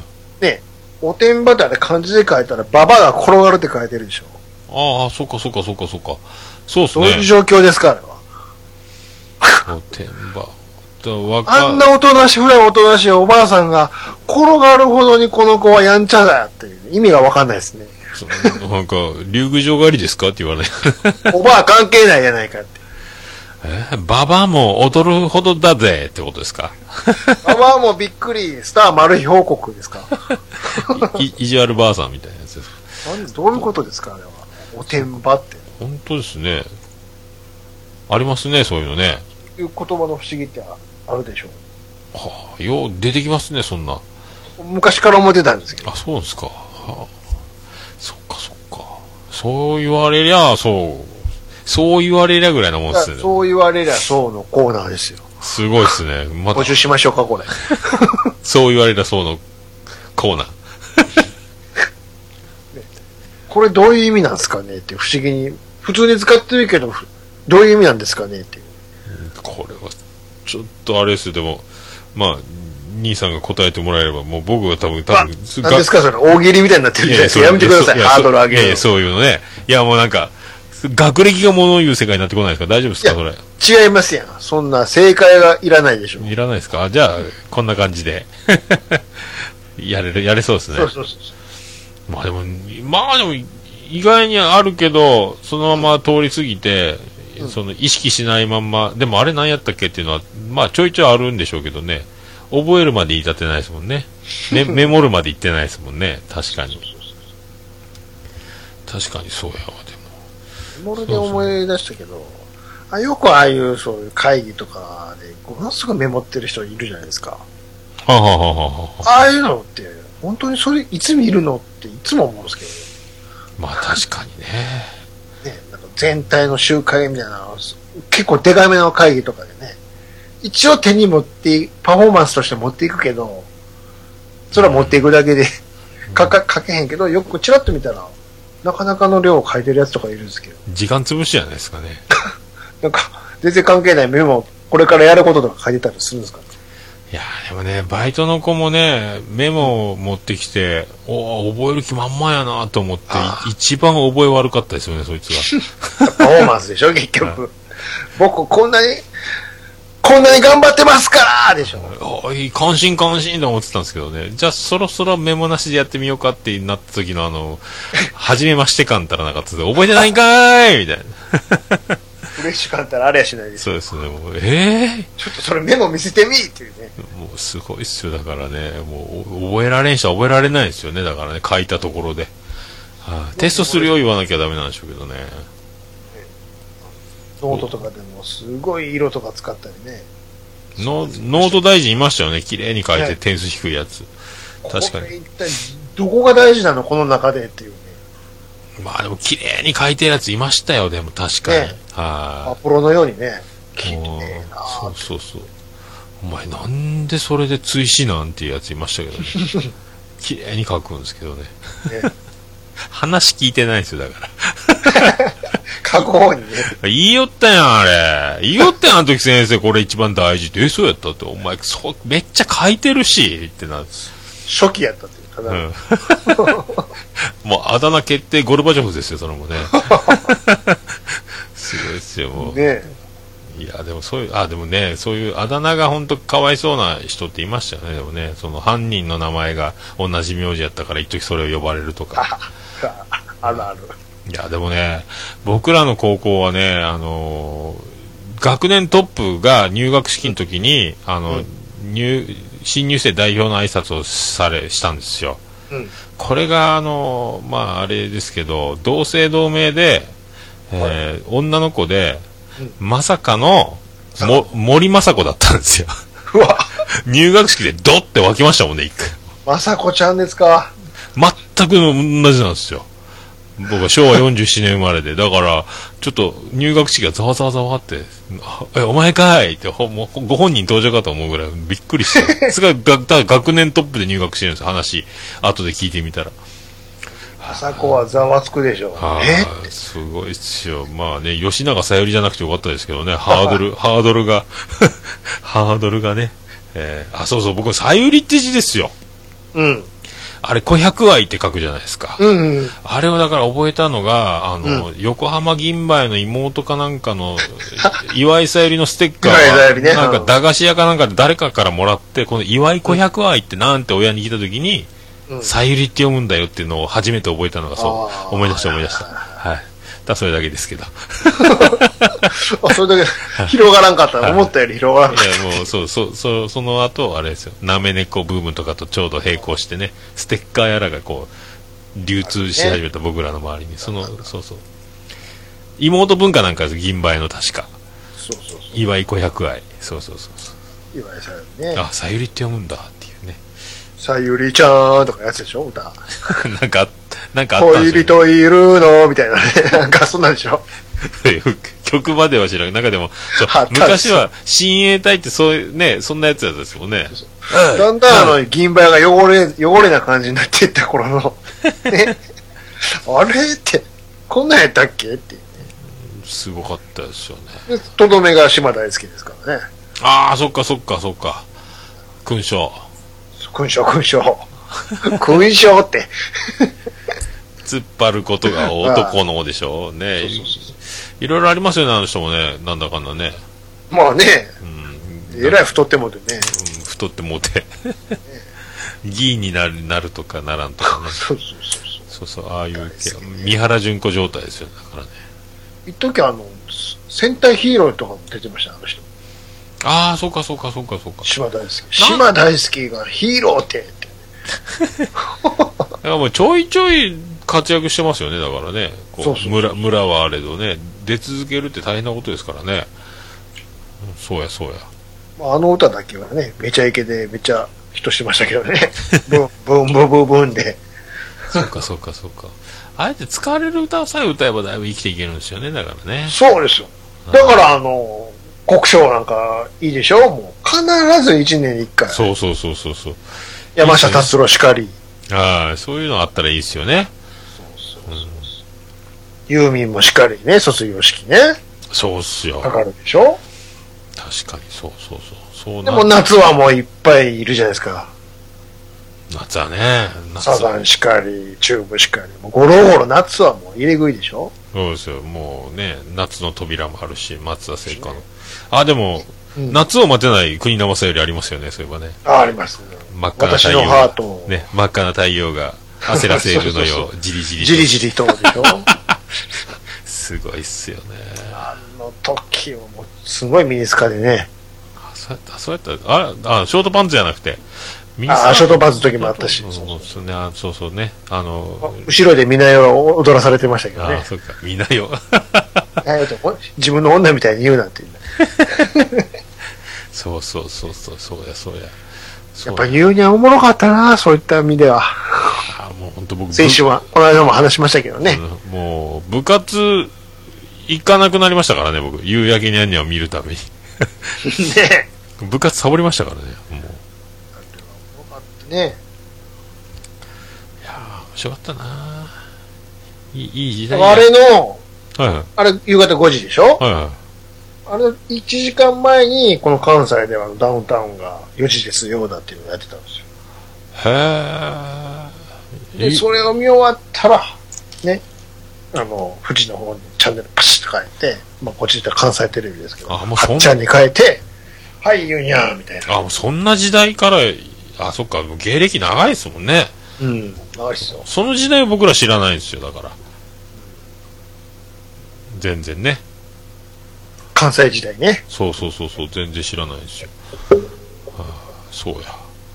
ね、おてんばってあれ漢字で書いたら、ババが転がるって書いてるでしょ。 ああ、そっか。そうっすね。 そういう状況ですか、あれは。おてんば。 あんなおとなしいおばあさんが転がるほどにこの子はやんちゃだっていう意味がわかんないですね。 なんか、竜宮城狩りですかって言われない。 おばあ関係ないじゃないかって。 ババアも踊るほどだぜってことですか。 ババアもびっくり、スターマル秘報告ですか。 意地悪ばあさんみたいなやつです。 どういうことですか、あれは。おてんばって。 本当ですね。ありますね、そういうのね。 いう言葉の不思議ってあるでしょう。 はあ、よう出てきますね、そんな。 昔から思ってたんですけど。 あ、そうですか。はあ、そっか。そう言われりゃ、そう言われりゃぐらいのもんですね。 そう言われりゃそうのコーナーですよ。 すごいですね。 募集しましょうか、これ。 そう言われりゃそうのコーナー。 これどういう意味なんですかねって不思議に。普通に使ってるけど、どういう意味なんですかねっていう。 これは、ちょっとあれですよ、でも、まあ、兄さんが答えてもらえれば、もう僕は多分、 何ですかそれ、大喜利みたいになってるじゃないですか。やめてください、ハードル上げる。 いや、そういうのね。いや、もうなんか、学歴が物を言う世界になってこないですか？大丈夫ですかそれ。 違いますやん。そんな正解がいらないでしょ。 いらないですか？じゃあ、こんな感じで。やれそうですね。 そう。 まあでも、意外にあるけど、そのまま通り過ぎて、その意識しないまんま、でもあれ何やったっけっていうのは、まあちょいちょいあるんでしょうけどね。覚えるまで至ってないですもんね。メモるまでいってないですもんね。確かに。確かにそうやわ、でも。 メモるで思い出したけど、よくああいうそういう会議とかで、ものすごいメモってる人いるじゃないですか。ああいうのって、本当にそれいつ見るのっていつも思うんですけどね。 まあ確かにね。 なんか全体の集会みたいな、結構デカめの会議とかでね、一応手に持ってパフォーマンスとして持っていくけど、それは持っていくだけで、書けへんけど、よくチラッと見たら、なかなかの量を書いてるやつとかいるんですけど。 時間潰しじゃないですかね。 なんか、全然関係ないメモ、これからやることとか書いてたりするんですかね。 いやでもね、バイトの子もね、メモを持ってきて、覚える気満々やなと思って、一番覚え悪かったですよね、そいつが。 パフォーマンスでしょ、結局。僕、こんなに頑張ってますからでしょ。 感心と思ってたんですけどね。じゃあ、そろそろメモなしでやってみようかってなった時の初めまして感たらなかったです。覚えてないんかーいみたいな。 嬉しかったらあれやしないです。 そうですね、もう、 ちょっとそれメモ見せてみっていうね。 もうすごいっすよ、だからね、もう覚えられんし覚えられないですよね、だからね、書いたところで。テストするよ言わなきゃダメなんでしょうけどね。 ノートとかでもすごい色とか使ったりね。 ノート大臣いましたよね、綺麗に書いて点数低いやつ。確かに。 これ一体どこが大事なのこの中でっていうね。 まあでも綺麗に書いてるやついましたよ、でも確かに。 アポロのようにね。綺麗な。 そう。お前なんでそれで追試なんていうやついましたけどね。綺麗に書くんですけどね。話聞いてないですよ、だから。 書く方にね。 言いよったやん、あれ。言いよったやん、あの時先生、これ一番大事って。そうやったって。お前、めっちゃ書いてるし、ってなる。 初期やったっていうかな。 もう、あだ名決定ゴルバチョフですよ、それもね。すごいですよ、もう。 ねいや、でもそういう、でもね、そういうあだ名が本当かわいそうな人っていましたよね、でもね、その犯人の名前が同じ名字やったから一時それを呼ばれるとか。 あるある。 いや、でもね、僕らの高校はね、学年トップが入学式の時に、新入生代表の挨拶をしたんですよ。これが、あれですけど、同姓同名で、女の子で、まさかの、森雅子だったんですよ。入学式でドって湧きましたもんね、一回。 まさこちゃんですか。 全く同じなんですよ。 僕は昭和47年生まれで、だから、ちょっと入学式がざわざわざわって、お前かいって、もうご本人登場かと思うぐらいびっくりして、すごい学年トップで入学してるんですよ、話、後で聞いてみたら。 朝子はざわつくでしょ。 すごいっすよ。まあね、吉永小百合じゃなくてよかったですけどね、ハードルが、ハードルがね、そうそう、僕、小百合って字ですよ。 うん。 あれ、500愛って書くじゃないですか。 うんうん。 あれをだから覚えたのが、横浜銀蝿の妹かなんかの、岩井さゆりのステッカーは、ね、なんか駄菓子屋かなんかで誰かからもらって、この岩井500愛ってなんて親に聞いたときに、さゆりって読むんだよっていうのを初めて覚えたのが、そう思い出した。はい。それだけですけど。 それだけ広がらんかった。思ったより広がらんかった。 いや、もう、その後、あれですよ。なめ猫ブームとかとちょうど並行してね、ステッカーやらがこう、流通し始めた僕らの周りに、そう。妹文化なんかです、銀蝿の確か。 そう。 岩井500愛。そう。 岩井さゆりね。 さゆりって読むんだっていうね。 さゆりちゃんとかやつでしょ、歌。 なんかあったんですよ、 恋人いるのみたいなね。なんかそんなんでしょ。 曲までは知らん。なんかでも、昔は親衛隊ってそういうね、そんなやつやったですもんね。 だんだん銀蝿が汚れな感じになっていった頃の、ね。あれって、こんなんやったっけっていうね。 すごかったですよね。 とどめが島大好きですからね。 そっか。勲章って突っ張ることが男のでしょうね。いろいろありますよね、あの人もね、なんだかんだね。 まあね、えらい太ってもてね、 太ってもて議員になるとかならんとかね。そう、ああいう三原純子状態ですよね、だからね。 一時戦隊ヒーローとかも出てました、あの人。 そうか。 島大好きがヒーローってだからもうちょいちょい活躍してますよね、だからね。村はあれどね、出続けるって大変なことですからね。そうや。 あの歌だけはね、めちゃイケでめっちゃヒットしてましたけどね。ブンで。 そうか。あえて使われる歌さえ歌えばだいぶ生きていけるんですよね、だからね。 そうですよ。だから国章なんかいいでしょ、もう必ず1年に1回。 そう。 山下達郎しかり。 そういうのあったらいいですよね。 ユーミンもしかりね、卒業式ね。 そうっすよ。 かかるでしょ。 確かに、そう。 でも夏はもういっぱいいるじゃないですか。 夏はね。 サザンしかり、チューブしかり。もうゴロゴロ夏はもう入れ食いでしょ。 そうですよ。もうね、夏の扉もあるし、松田聖子の。でも、夏を待てない国生さよりありますよね、そういえばね。 ありますね。 真っ赤な太陽。私のハート。ね、真っ赤な太陽が焦らせるのよ、じりじりとでしょ。 すごいっすよね。 あの時はもう、すごいミニスカでね。 そうやった。ショートパンツじゃなくて。 ショートパンツの時もあったし。 そうね。 後ろでみなよは踊らされてましたけどね。 そうか、みなよ。 自分の女みたいに言うなんて。 そうや。 やっぱユーニャンおもろかったな、そういった意味では。 もう本当僕。 先週は、この間も話しましたけどね。 もう、部活、行かなくなりましたからね、僕。夕焼けにゃんにゃんを見るために。 ね。 部活サボりましたからね、もう。 ね、 いや面白かったないい時代あれの、あれ夕方5時でしょ、あれ1時間前にこの関西ではダウンタウンが4時ですよだっていうのをやってたんですよ。でそれを見終わったらね、富士の方にチャンネルパシッと変えて、こっちで関西テレビですけど、8ちゃんに変えて、はいユニャンみたいな。 もうそんな時代からそっか、芸歴長いですもんね。 長いっすよ。 その時代は僕ら知らないんですよ、だから。全然ね。 関西時代ね。 そう、全然知らないんですよ。そうや。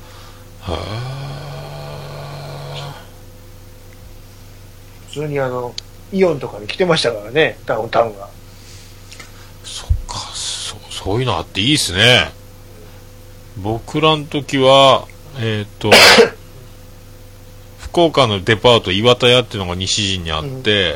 普通にイオンとかに来てましたからね、ダウンタウンが。 そっか、そういうのあっていいっすね。僕らの時は、福福岡のデパート岩田屋っていうのが西陣にあって、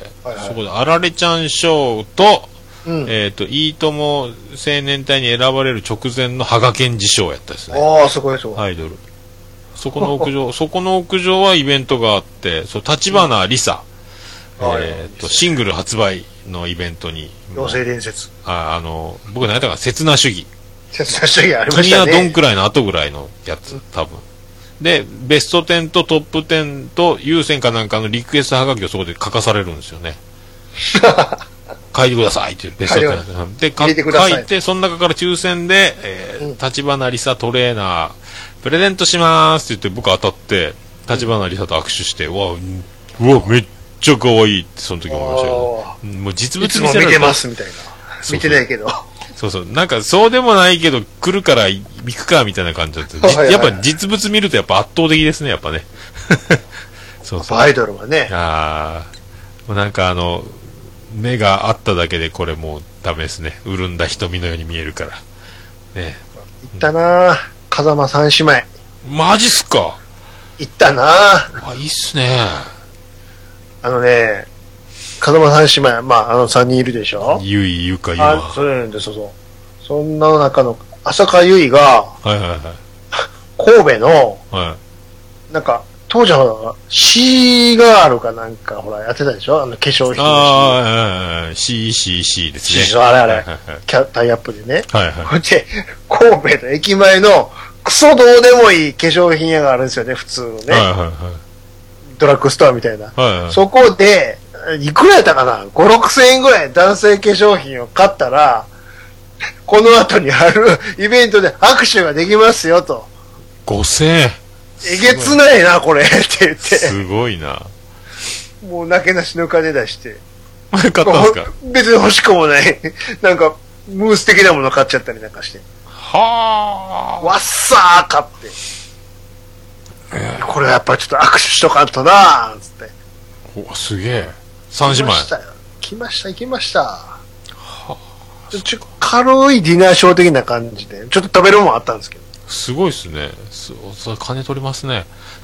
そこであられちゃん賞と、いいとも青年隊に選ばれる直前の羽賀健二賞やったですね。 ああ、すごいすごい。 アイドル。そこの屋上はイベントがあって、立花梨沙、シングル発売のイベントに。 妖精伝説。 僕何やったかな、刹那主義。 刹那主義ありましたね。 君はどんくらいの後ぐらいのやつ、多分。で、ベスト10とトップ10と優先かなんかのリクエストはがきをそこで書かされるんですよね。書いてくださいっていうベスト10で書いて、その中から抽選で、立花梨沙トレーナープレゼントしますって言って、僕当たって立花梨沙と握手して、うわめっちゃ可愛いってその時思いましたけど、もう実物見せられた。いつも見てますみたいな。見てないけど。そうなんかそうでもないけど来るから行くかみたいな感じだったやっぱ実物見るとやっぱ圧倒的ですね、やっぱね。 アイドルはね。 もうなんか目があっただけでこれもうダメですね。潤んだ瞳のように見えるからね。 行ったなぁ、風間三姉妹。 マジっすか。 行ったなぁ。 いいっすね。 風間三姉妹、3人いるでしょ。 ゆい、ゆか、ゆわ。そんな中の浅香ゆいが、神戸の、なんか、当時はシーガールかなんか、ほら、やってたでしょ、化粧品のシーですね。 あれ、タイアップでね。で、神戸の駅前の、クソどうでもいい化粧品屋があるんですよね、普通のね。ドラッグストアみたいな。そこで、いくらやったかな ?5、6千円ぐらい男性化粧品を買ったら、この後にあるイベントで握手ができますよと。 5000円。 えげつないな、これって言って。 すごいな。 もう、なけなしの金出して。 買ったんですか？ 別に欲しくもない。なんか、ムース的なもの買っちゃったりなんかして。 はぁ。 わっさー買って。これやっぱちょっと握手しとかんとなーつって。 お、すげえ。三姉妹。 来ました。軽いディナーショー的な感じで、ちょっと食べるもんあったんですけど。 すごいっすね。それ金取りますね。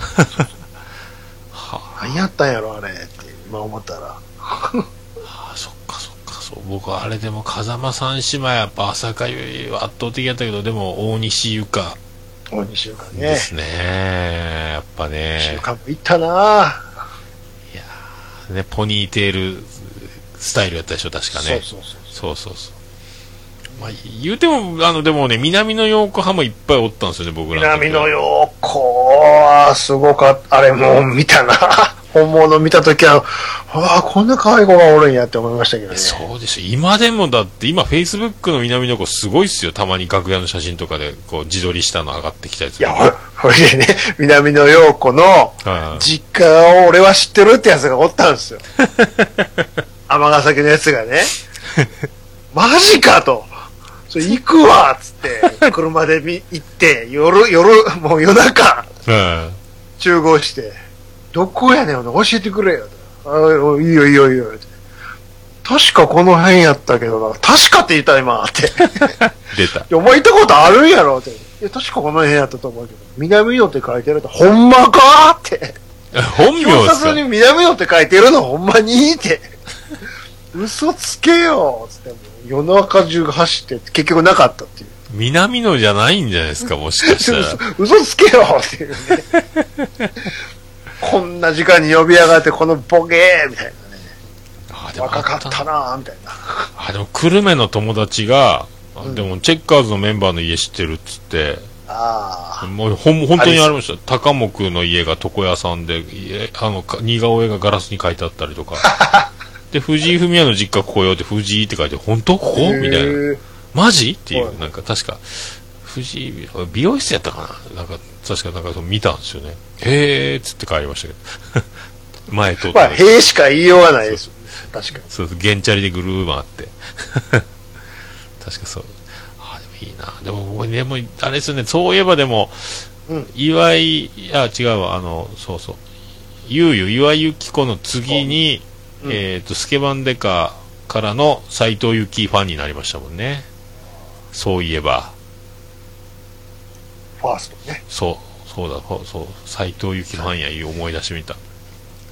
何やったんやろあれって今思ったら。 そっか。僕はあれでも風間三姉妹やっぱ朝香ゆいは圧倒的やったけど、でも大西ゆか。 大西ゆかね。 ですね。やっぱね。 西ゆかも行ったな。 いやね、ポニーテールスタイルやったでしょ、確かね。そう。言うても、でもね、南の陽子派もいっぱいおったんですよね、僕らの。 南の陽子は、すごかった。あれもう見たな。本物見たときは、こんな可愛い子がおるんやって思いましたけどね。 そうですよ。今でもだって、今、Facebook の南の陽子すごいっすよ。たまに楽屋の写真とかで、自撮りしたの上がってきたやつ。 いや、ほいでね、南の陽子の、実家を俺は知ってるってやつがおったんですよ。尼崎のやつがね。マジかと。行くわっつって車で行ってもう夜中集合してどこやねん教えてくれよと。いいよ確かこの辺やったけどな。確かって言った今って出た。 お前行ったことあるんやろって。いや確かこの辺やったと思うけど南野って書いてるとほんまかって本名ですか。 表札に南野って書いてるのほんまにって嘘つけよつっても夜中中走って結局なかったっていう。 南野じゃないんじゃないですか、もしかしたら。 嘘つけよっていうね。こんな時間に呼び上がってこのボケーみたいなね。若かったなーみたいな。 でも久留米の友達が、でもチェッカーズのメンバーの家知ってるっつって、もう本当にありました。高木の家が床屋さんで、似顔絵がガラスに書いてあったりとか。で、藤井フミヤの実家ここよって藤井って書いて、本当ここみたいな。マジっていう、なんか確か、藤井、美容室やったかななんか、確かなんか見たんですよね。へーっつって帰りましたけど。前通って。 へーしか言いようがないです。確かに。 そう、ゲンチャリでぐるー回って。確かそう。でもいいな。でも、あれですよね、そういえばでも、岩井、違うわ、そう。岩井由紀子の次に、スケバンデカからの斎藤由貴ファンになりましたもんね。そういえば。 ファーストね。 そうだ、斎藤由貴ファンや思い出してみた。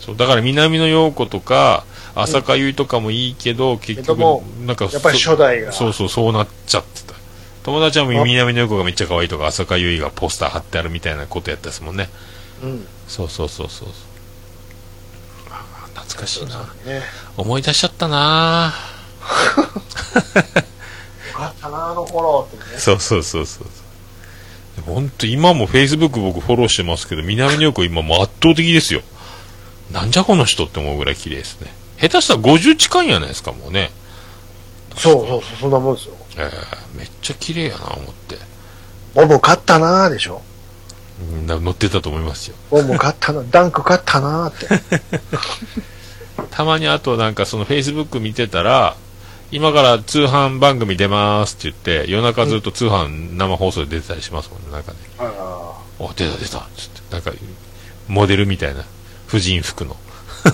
そうだから南野陽子とか浅香唯とかもいいけど、結局なんかやっぱり初代がそうなっちゃってた。友達は南野陽子がめっちゃ可愛いとか浅香唯がポスター貼ってあるみたいなことやったですもんね。そう懐かしいな、思い出しちゃったなよかったなあの頃ってね。 そう本当今もフェイスブック僕フォローしてますけど、南野陽子今もう圧倒的ですよ。なんじゃこの人って思うぐらい綺麗ですね。下手したら50近いんじゃないですか、もうね。 そうそんなもんですよ。 めっちゃ綺麗やな思って。 ボブ勝ったなでしょ。 乗ってたと思いますよ。 ボブ勝ったな、ダンク勝ったなってたまにあとなんかそのフェイスブック見てたら、今から通販番組出ますって言って夜中ずっと通販生放送で出てたりしますもんね。なんかね、お出たっつってなんかモデルみたいな婦人服の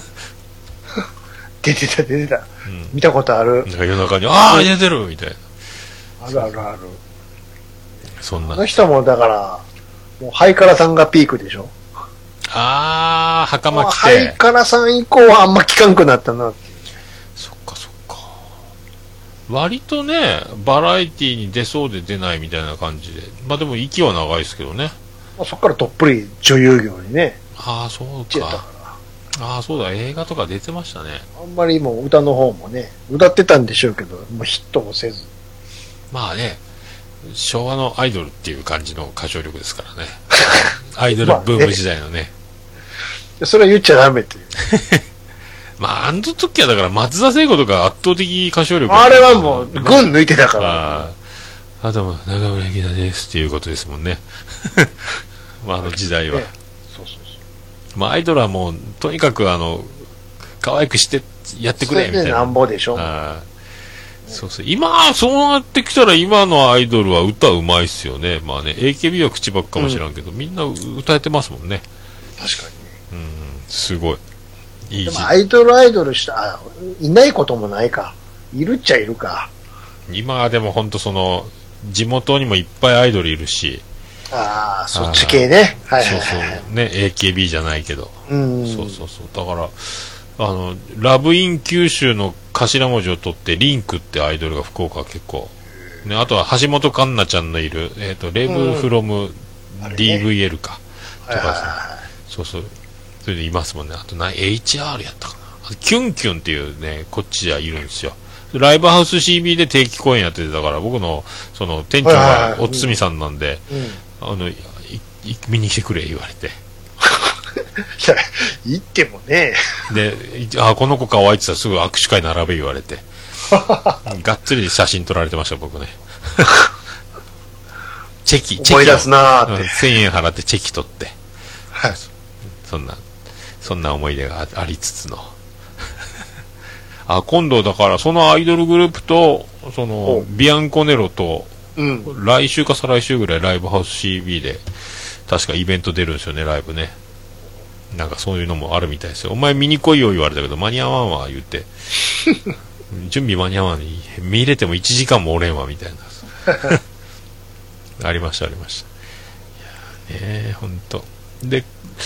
出てた、見たことある。 なんか夜中に出てるみたいな。 あるそんな。 あの人もだからもうハイカラさんがピークでしょ。 袴着てハイカラさん以降はあんま聞かんくなったなっていう。 そっか割とねバラエティに出そうで出ないみたいな感じで、まあでも息は長いですけどね。 そっからどっぷり女優業にね。 そうか。そうだ、映画とか出てましたね。 あんまりもう歌の方もね歌ってたんでしょうけど、もうヒットもせず。 まあね、昭和のアイドルっていう感じの歌唱力ですからね。アイドルブーム時代のね。 それは言っちゃダメっていう。 あの時はだから松田聖子とか圧倒的歌唱力。 あれはもう群抜いてたから。 あとも中村明菜ですっていうことですもんね。あの時代は。アイドルはもうとにかく可愛くしてやってくれみたいな。 なんぼでしょ。 今そうなってきたら今のアイドルは歌うまいっすよね。まあね AKB は口ばっかもしらんけど、みんな歌えてますもんね。 確かにね。 すごい。いいでもアイドルしたいないこともないか。いるっちゃいるか。 今はでも本当その地元にもいっぱいアイドルいるし。 そっち系ね。 ね AKB じゃないけど。だからラブイン九州の頭文字を取ってリンクってアイドルが福岡は結構ね。あとは橋本環奈ちゃんのいるレブフロム DVL かとかさ、それでいますもんね。あとHR やったかな。キュンキュンっていうねこっちじゃいるんですよ。ライブハウス CB で定期公演やってて、だから僕のその店長がおつみさんなんで、見に来てくれ言われて行ってもねでこの子可愛いって言ったらすぐ握手会並べ言われてがっつり写真撮られてました僕ね。チェキ思い出すなーって、 1000円払ってチェキ取って、そんな思い出がありつつの今度だからそのアイドルグループとそのビアンコネロと、来週か再来週ぐらいライブハウス CB で確かイベント出るんですよね。ライブね、なんかそういうのもあるみたいですよ。お前見に来いよ言われたけど間に合わんわ言って準備間に合わんに見れても1時間もおれんわみたいなありました。いやね本当で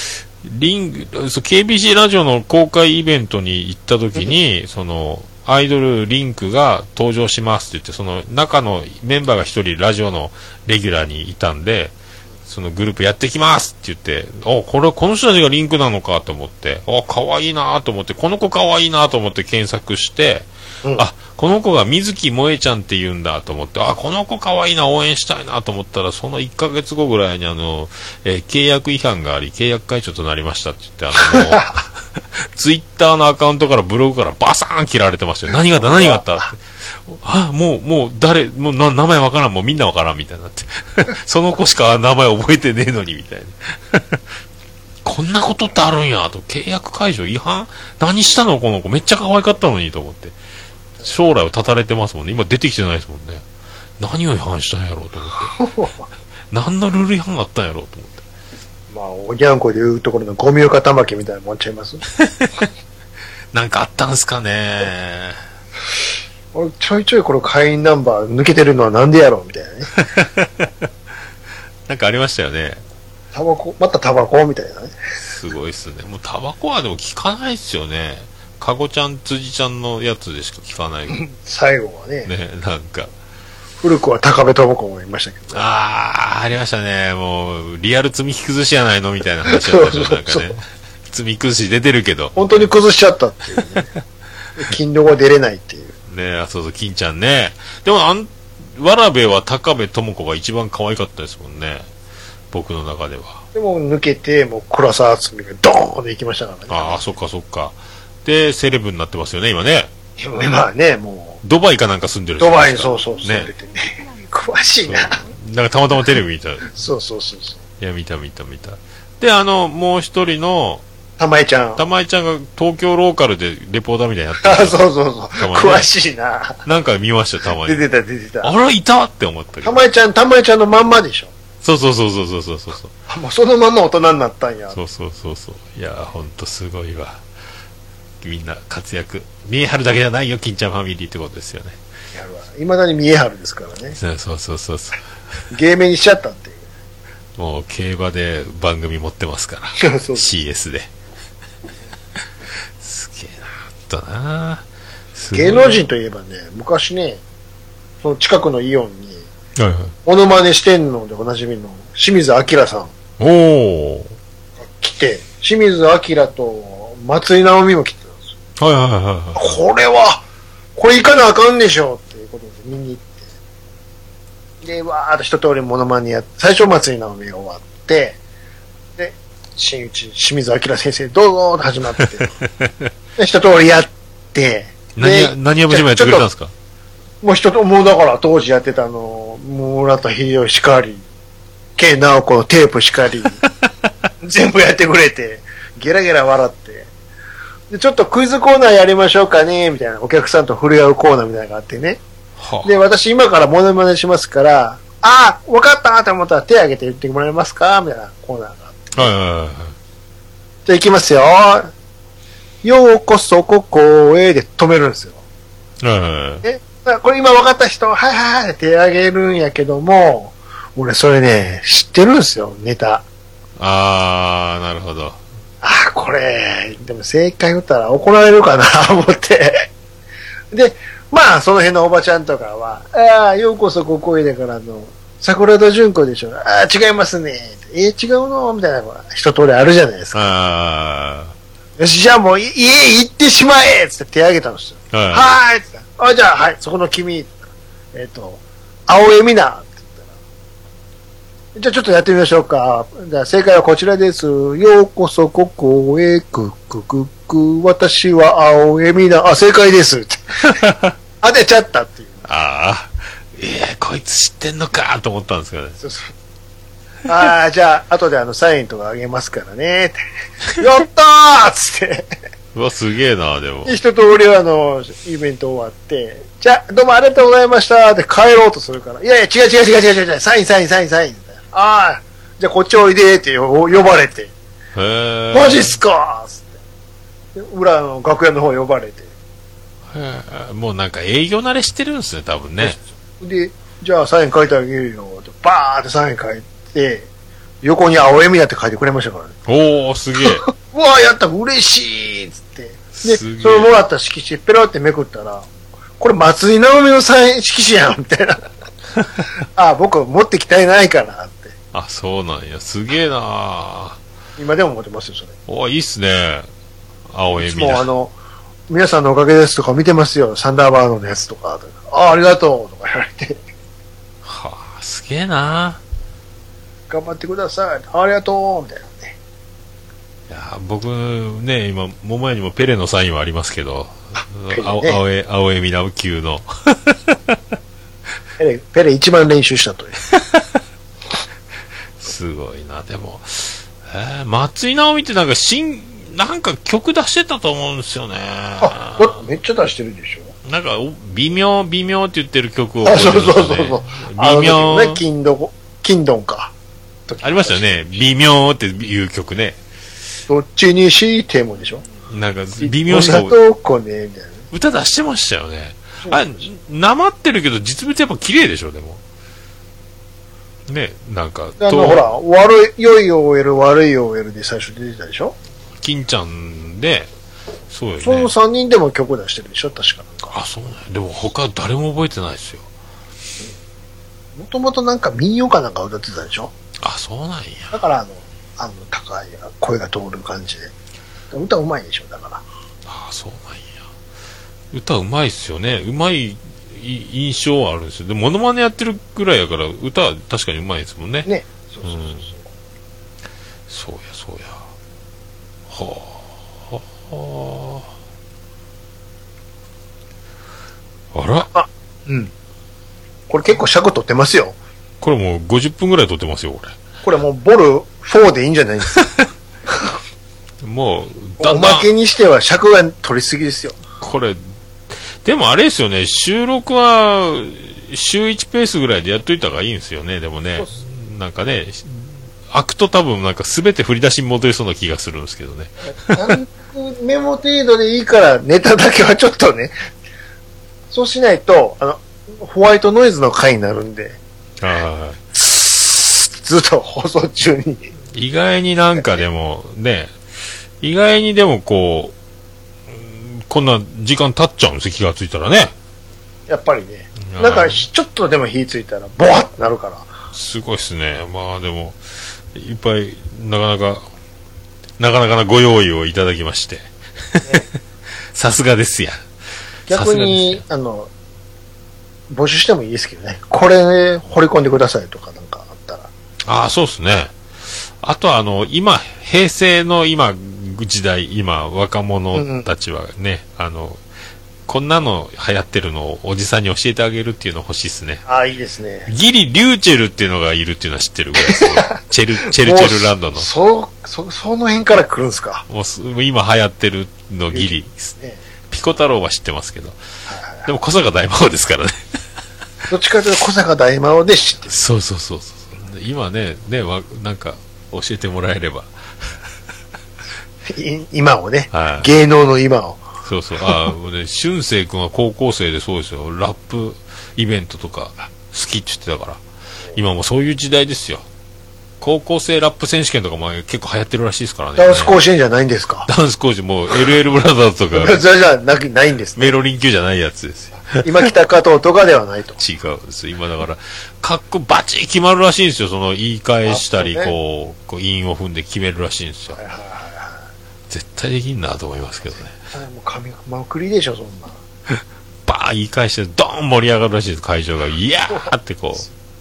KBC ラジオの公開イベントに行った時にそのアイドルリンクが登場しますって言って、その中のメンバーが一人ラジオのレギュラーにいたんで、そのグループやってきますって言って、この人たちがリンクなのかと思って、可愛いなと思って、この子可愛いなと思って検索して、この子が水木萌ちゃんって言うんだと思って、この子可愛いな応援したいなと思ったら、その1ヶ月後ぐらいに契約違反があり契約解除となりましたって言ってもうツイッターのアカウントからブログからバサーン切られてましたよ。何があったってもう名前わからん、もうみんなわからんみたいになってその子しか名前覚えてねえのにみたいなこんなことってあるんやと。契約解除違反何したのこの子めっちゃ可愛かったのにと思って、将来を絶たれてますもんね。今出てきてないですもんね。何を違反したんやろうと思って何のルール違反があったんやろうと思って、 おぎゃんこでいうところのゴミ岡玉木みたいなもんちゃいますなんかあったんすかね。 俺ちょいちょいこの会員ナンバー抜けてるのはなんでやろうみたいなねなんかありましたよね。 またタバコみたいなね。 すごいっすね。もうタバコはでも聞かないっすよね。かごちゃん、辻ちゃんのやつでしか聞かない。 最後はね。 ね、なんか。 古くは高部智子もいましたけど。 ありましたね。もう、リアル積み木崩しやないのみたいな話だったでしょ、なんかね。積み崩し出てるけど。 本当に崩しちゃったっていうね。金度が出れないっていう。 ね、そうそう、金ちゃんね。でも、わらべは高部智子が一番可愛かったですもんね。僕の中では。 でも抜けて、もう黒沢敦美がドーンで行きましたからね。 ああ、そっかそっか。で、セレブになってますよね、今ね。 今はね、もう。ドバイかなんか住んでるドバイにそうそう、住んでてね。詳しいな。 なんかたまたまテレビ見た。 そうそう。 いや、見た。で、もう一人の、 玉井ちゃんが東京ローカルでレポーターみたいにやってる。 そう。詳しいな。 なんか見ました、たまに。 出てた。 あら、いたって思ったけど。 玉井ちゃんのまんまでしょ。 そう。 もうそのまんま大人になったんや。 そう。いや、ほんとすごいわ。みんな活躍。見えはるだけじゃないよ、金ちゃんファミリーってことですよね。 いまだに見えはるですからね。 そう。 芸名にしちゃったっていう。 もう競馬で番組持ってますから。 そう CS で。すげえな。 芸能人といえばね、昔ね、その近くのイオンに、 はい、 モノマネしてんのでおなじみの清水明さん。来て、清水明と松井直美も来てたんですよ。 はい。 これ行かなあかんでしょっていうことで見に行って。で、わーっと一通りモノマネやって、最初松井直美が終わって、で、新内清水明先生どうぞって始まって、で一通りやって、 何やぶじまやってくれたんですか？ もうだから当時やってた村田秀吉しかり、K 直子のテープしかり、全部やってくれて、ゲラゲラ笑って、で、ちょっとクイズコーナーやりましょうかね、みたいな、お客さんと触れ合うコーナーみたいなのがあってね。で、私今からモノマネしますから、わかったと思ったら手挙げて言ってもらえますかみたいなコーナーがあって。じゃあ行きますよ。ようこそここへで止めるんですよ。これ今分かった人、はいって手挙げるんやけども、俺それね、知ってるんですよ、ネタ。 なるほど。 これ、でも正解言ったら怒られるかな、思って。で、まあ、その辺のおばちゃんとかは、ようこそここへだから桜田淳子でしょ。違いますね。違うのみたいな、一通りあるじゃないですか。よし、じゃあもう、家行ってしまえつって手挙げたんですよ。はーいつって。じゃあ、はい、そこの君、青江美奈って言ったら、じゃあちょっとやってみましょうか。じゃあ正解はこちらです。ようこそここへ、私は青江美奈。正解です。って当てちゃったっていう。 こいつ知ってんのかと思ったんですけどね。 そう。じゃあ、後でサインとかあげますからね。ってやったーっつって。 すげえな、でも。 一通りイベント終わって、じゃあ、どうもありがとうございましたって帰ろうとするから、いやいや、違う、サイン。じゃあこっちおいでって呼ばれて。マジっすかーっつって。裏の楽屋の方呼ばれて。 もうなんか営業慣れしてるんですね、多分ね。 で、じゃあサイン書いてあげるよって、バーってサイン書いて、横に青江美奈って書いてくれましたからね。 すげえ。 うわやった嬉しいっつって。で、それもらった色紙、ペロってめくったら、これ松井直美のサイン色紙やん、みたいな。僕持ってきたいないからって。 そうなんや。すげえな。 今でも持ってますよ、それ。 いいっすね。青江美奈。 もう皆さんのおかげですとか見てますよ。サンダーバードのやつとか。ありがとうとか言われて。 すげえな。 頑張ってください。ありがとうみたいなね。 いや僕ね、今前にもペレのサインはありますけど、青江美奈級のペレ一番練習したという。 すごいな。でも松井直美ってなんか曲出してたと思うんですよね。 めっちゃ出してるでしょ。 なんか微妙って言ってる曲を、 そう微妙ね、金ドンかありましたよね。微妙っていう曲ね。 どっちにしてもでしょ。 なんか微妙しか歌出してましたよね。なまってるけど実物やっぱ綺麗でしょ。でもね、なんか。 ほら、良い OL、悪い OL で最初出てたでしょ？ 金ちゃんで、そうよね。 その3人でも曲出してるでしょ確か。 あ、そうね。でも他誰も覚えてないですよ。 もともとなんか民謡かなんか歌ってたでしょ？ あ、そうなんや。 だから高い声が通る感じで。歌うまいでしょだから。 あ、そうなんや。歌うまいっすよね。うまい印象はあるんですよ。でもモノマネやってるぐらいやから歌は確かにうまいですもんね。 ね。そうそうそうそう。そうや。はあ。あら。 あ、うん。これ結構尺取ってますよ。 これもう50分ぐらい取ってますよ、これ。 これもうボル4でいいんじゃないですか。 もう、 おまけにしては尺が取りすぎですよ。 これ、でもあれですよね、収録は週1ペースぐらいでやっといた方がいいんですよね、でもね。なんかね、開くと多分なんか全て振り出しに戻りそうな気がするんですけどね。 メモ程度でいいからネタだけはちょっとね、そうしないと、ホワイトノイズの回になるんで。ずっと放送中に。 意外になんかでも、ね、意外にでもこう、こんな時間経っちゃうんですよ、気がついたらね。 やっぱりね。なんか、ちょっとでも火ついたら、ボワッてなるから。 すごいっすね。まあでも、いっぱい、なかなかなご用意をいただきまして。さすがですや。 逆に、募集してもいいですけどね。これ、掘り込んでくださいとかなんかあったら。 ああ、そうですね。あと今、平成の今、時代、今、若者たちはね、こんなの流行ってるのをおじさんに教えてあげるっていうの欲しいですね。 ああ、いいですね。 ギリ、リューチェルっていうのがいるっていうのは知ってるぐらいですチェルランドの。 その辺から来るんですか。 もう今流行ってるのギリですね。ピコ太郎は知ってますけど。でも小坂大魔王ですからね。 どっちかというと小坂大魔王で知ってる。 そう。今ね、なんか教えてもらえれば。 今をね、 はい、 芸能の今を。 そう。ね、俊生君は高校生でそうですよ。ラップイベントとか好きって言ってたから。今もそういう時代ですよ。高校生ラップ選手権とかも結構流行ってるらしいですからね。 ダンス甲子園じゃないんですか？ ダンス甲子園、もう LL ブラザーズとか。 じゃないんですね。 メロリン級じゃないやつですよ。 今北加藤とかではないと。 違うんですよ。今だから、バチッ決まるらしいんですよ。その言い返したり、こう韻を踏んで決めるらしいんですよ。絶対できんなと思いますけどね。 もう神まくりでしょ、そんな。 バーン言い返して、ドーン盛り上がるらしいです、会場が。いやーってこう。い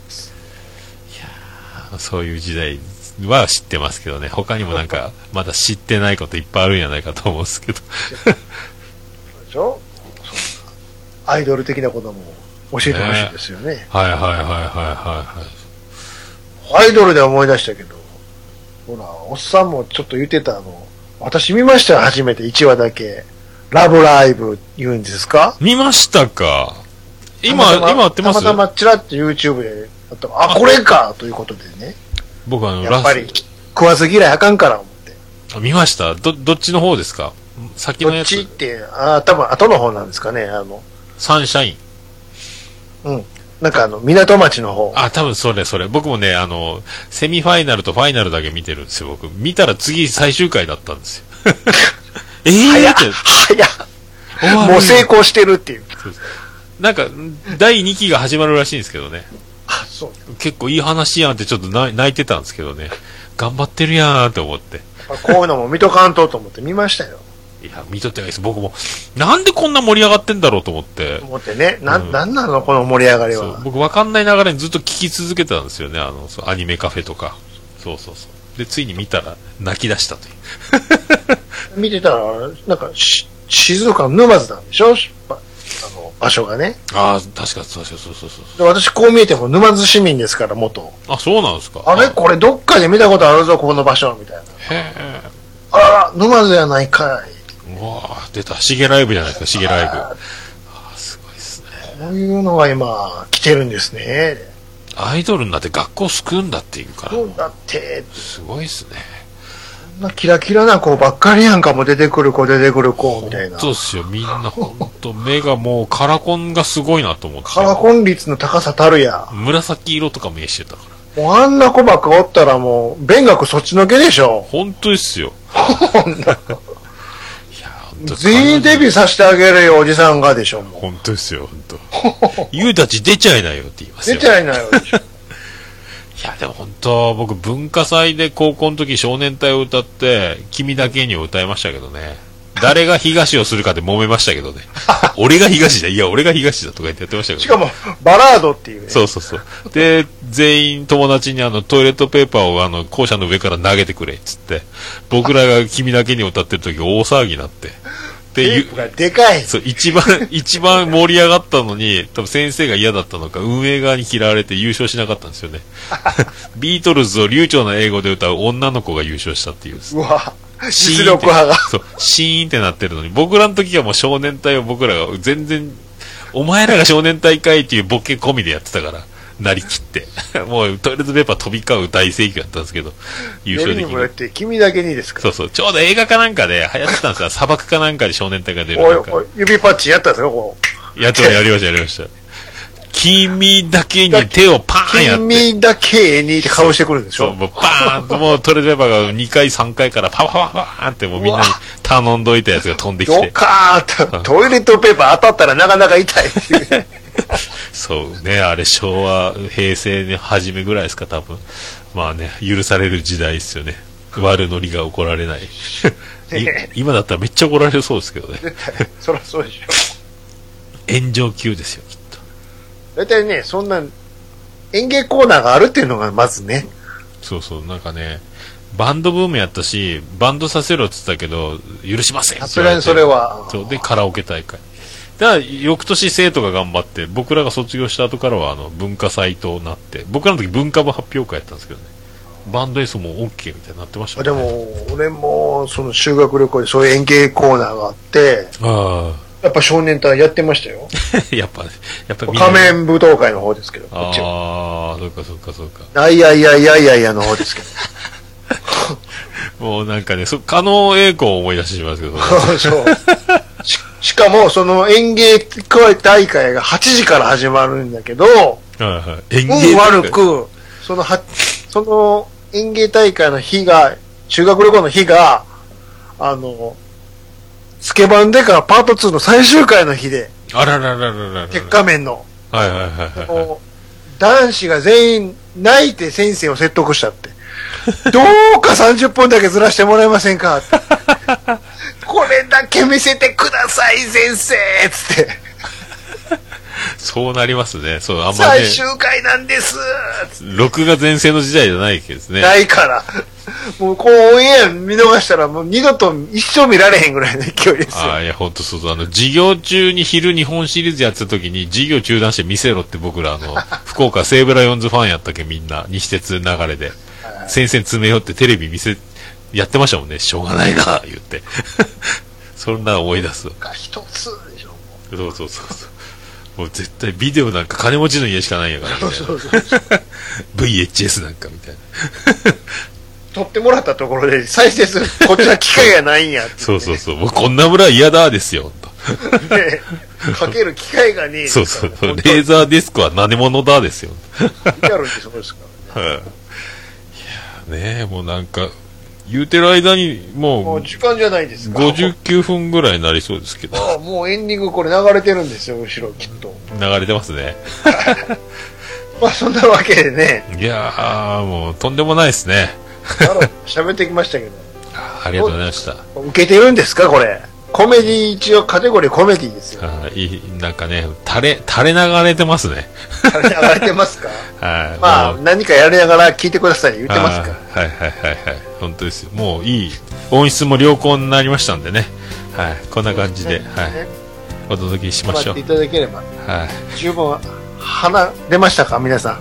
やー、そういう時代は知ってますけどね。他にもなんか、まだ知ってないこといっぱいあるんじゃないかと思うんですけど。 そうでしょ？アイドル的なことも教えてほしいですよね。 はい。 アイドルで思い出したけど、ほら、おっさんもちょっと言ってた私見ましたよ、初めて1話だけ。ラブライブ言うんですか？ 見ましたか？今やってます？ たまたまチラッと YouTube であった。これかということでね。 僕やっぱり食わず嫌いあかんから思って。 見ました？どっちの方ですか？先のやつ。 どっちって、多分後の方なんですかね、 サンシャイン。 うん。なんか港町の方。 多分それ。僕もね、セミファイナルとファイナルだけ見てるんですよ、僕。見たら次最終回だったんですよ。 早っもう成功してるっていう。 なんか、第2期が始まるらしいんですけどね。 そう。 結構いい話やんってちょっと泣いてたんですけどね。頑張ってるやんって思って。 こういうのも見とかんと思って見ましたよ。 いや、見とってないです。僕も、なんでこんな盛り上がってんだろうと思って。 ね。なんなのこの盛り上がりは。 僕わかんない流れにずっと聞き続けてたんですよね。アニメカフェとか。そう。で、ついに見たら泣き出したという。 見てたら、なんか、静岡の沼津なんでしょ？場所がね。 確かそう。 で、私こう見えても沼津市民ですから、元。 そうなんですか。 これどっかで見たことあるぞ、この場所、みたいな。 へえ。 あら、沼津やないかい。 うわぁ、出た。シゲライブじゃないですか、シゲライブ。すごいですね。 こういうのが今、来てるんですね。 アイドルになって学校救うんだっていうから。 そうだって。 すごいですね。 こんなキラキラな子ばっかりやんかも出てくる子、みたいな。 そうっすよ。みんなほんと、目がもうカラコンがすごいなと思って。 カラコン率の高さたるや。 紫色とか目してたかもうあんな子ばっかおったらもう、勉学そっちのけでしょ。 本当ですよ。 全員デビューさせてあげるよ、おじさんがでしょ。 本当ですよ、本当。ゆうたち出ちゃいなよって言いますよ。 出ちゃいなよでしょ。 いや、でも本当、僕、文化祭で高校の時少年隊を歌って、君だけにを歌いましたけどね。誰が東をするかで揉めましたけどね。俺が東だ、いや、俺が東だとか言ってやってましたけど、ね。 しかも、バラードっていうね。 そうそうそう。で、全員友達にトイレットペーパーを校舎の上から投げてくれっつって、僕らが君だけに歌ってる時大騒ぎになって。 テープがでかい。 そう、一番盛り上がったのに、多分先生が嫌だったのか、運営側に嫌われて優勝しなかったんですよね。ビートルズを流暢な英語で歌う女の子が優勝したっていう。 うわ。実力派が。 そう、シーンってなってるのに、僕らの時はもう少年隊を僕らが全然、お前らが少年隊かいっていうボケ込みでやってたから、なりきって。もうトイレットペーパー飛び交う大盛況やったんですけど、優勝できる。 君だけにですか。 そうそう、ちょうど映画かなんかで流行ってたんですよ。砂漠かなんかで少年隊が出る。 おい、指パッチやったんですか、こう。 やりました。君だけに手をパーンやって。 君だけにって顔してくるんでしょ。 そう、もうパーンともうトイレットペーパーが2回3回からパパーンってもうみんなに頼んどいたやつが飛んできて。 ドカーッと、トイレットペーパー当たったらなかなか痛いっていう。 そうね、あれ昭和、平成の初めぐらいですか、多分。まあね、許される時代ですよね。悪ノリが怒られない。今だったらめっちゃ怒られそうですけどね。 絶対、そりゃそうでしょ。炎上級ですよ、きっと。 大体ね、そんな演芸コーナーがあるっていうのがまずね。 そうそう、なんかね、バンドブームやったし、バンドさせろって言ったけど、許しませんって言われて。さすがにそれは。 そう、で、カラオケ大会。だから、翌年生徒が頑張って、僕らが卒業した後からは、文化祭となって、僕らの時文化部発表会やったんですけどね。バンド演奏も OK みたいになってましたね。 でも、俺も、その修学旅行でそういう演芸コーナーがあって、やっぱ少年隊やってましたよ。 やっぱ仮面舞踏会の方ですけど、こっちは。 ああ、そうか。 いやの方ですけど。 もうなんかね、加納栄子を思い出してしまうんですけど。そう。しかも、その演芸大会が8時から始まるんだけど、 演芸悪く、その演芸大会の日が、修学旅行の日が、スケバンデカパート2の最終回の日で、鉄仮面の、男子が全員泣いて先生を説得したって。どうか30分だけずらしてもらえませんかって。これだけ見せてください、先生つって。 そうなりますね。そう、あんまり、ね。 最終回なんです録画全盛の時代じゃないですね。 ないから。もう、こうオンエア見逃したら、もう二度と一生見られへんぐらいの勢いですよ。 いや、ほんとそう。授業中に昼日本シリーズやってた時に、授業中断して見せろって僕ら福岡西武ライオンズファンやったっけ、みんな。西鉄流れで。先生詰め寄ってテレビやってましたもんね。しょうがないな、言って。そんな思い出す。 一つでしょ。 そう。もう絶対ビデオなんか金持ちの家しかないんやからみたいな。 そう VHS なんかみたいな。 撮ってもらったところで再生するこっちは機会がないんやって、ね、 そうもうこんな村嫌だですよとねかける機会がねえそうレーザーディスクは何者だですよリアルにそうですからね、 いやねもうなんか言うてる間にもう時間じゃないですか。 59分ぐらいになりそうですけどもうエンディングこれ流れてるんですよ、後ろきっと流れてますねまあそんなわけでね、 いやーもうとんでもないですね喋ってきましたけどありがとうございました。 受けてるんですかこれ。コメディ一応カテゴリーコメディですよ。 なんかね垂れ流れてますね。 垂れ流れてますかはい。 まあ何かやりながら聞いてください言ってますか。 はい本当ですよ。もういい音質も良好になりましたんでね。はいこんな感じで、ね、はいお届けしましょう。 待っていただければ。 はい。 十分鼻出ましたか皆さん。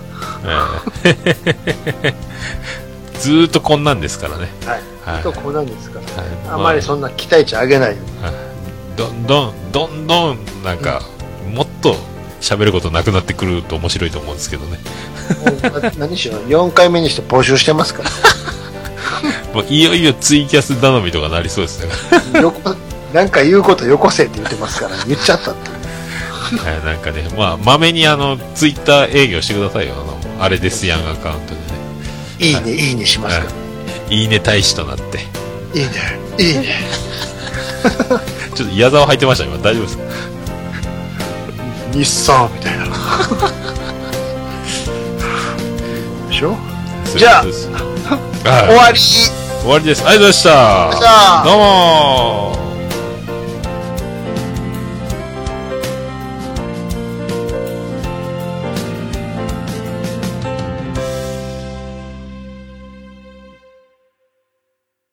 ずーっとこんなんですからね。 はい。ずっとこんなんですから、あんまりそんな期待値上げないように。 どんどんなんか、もっと喋ることなくなってくると面白いと思うんですけどね。 何しろ4回目にして募集してますから。 もういよいよツイキャス頼みとかなりそうですね。 なんか言うことよこせって言ってますから言っちゃったっていう。 なんかねまめにツイッター営業してくださいよ。 あれですやんアカウントでね。 いいね、はい、いいねしますか、はい、いいね大使となって。 いいね、いいね。 ちょっと矢沢入ってました今、大丈夫ですか？ 日産みたいな。でしょ？じゃあ、終わり。 終わりです。ありがとうございました。どうもー。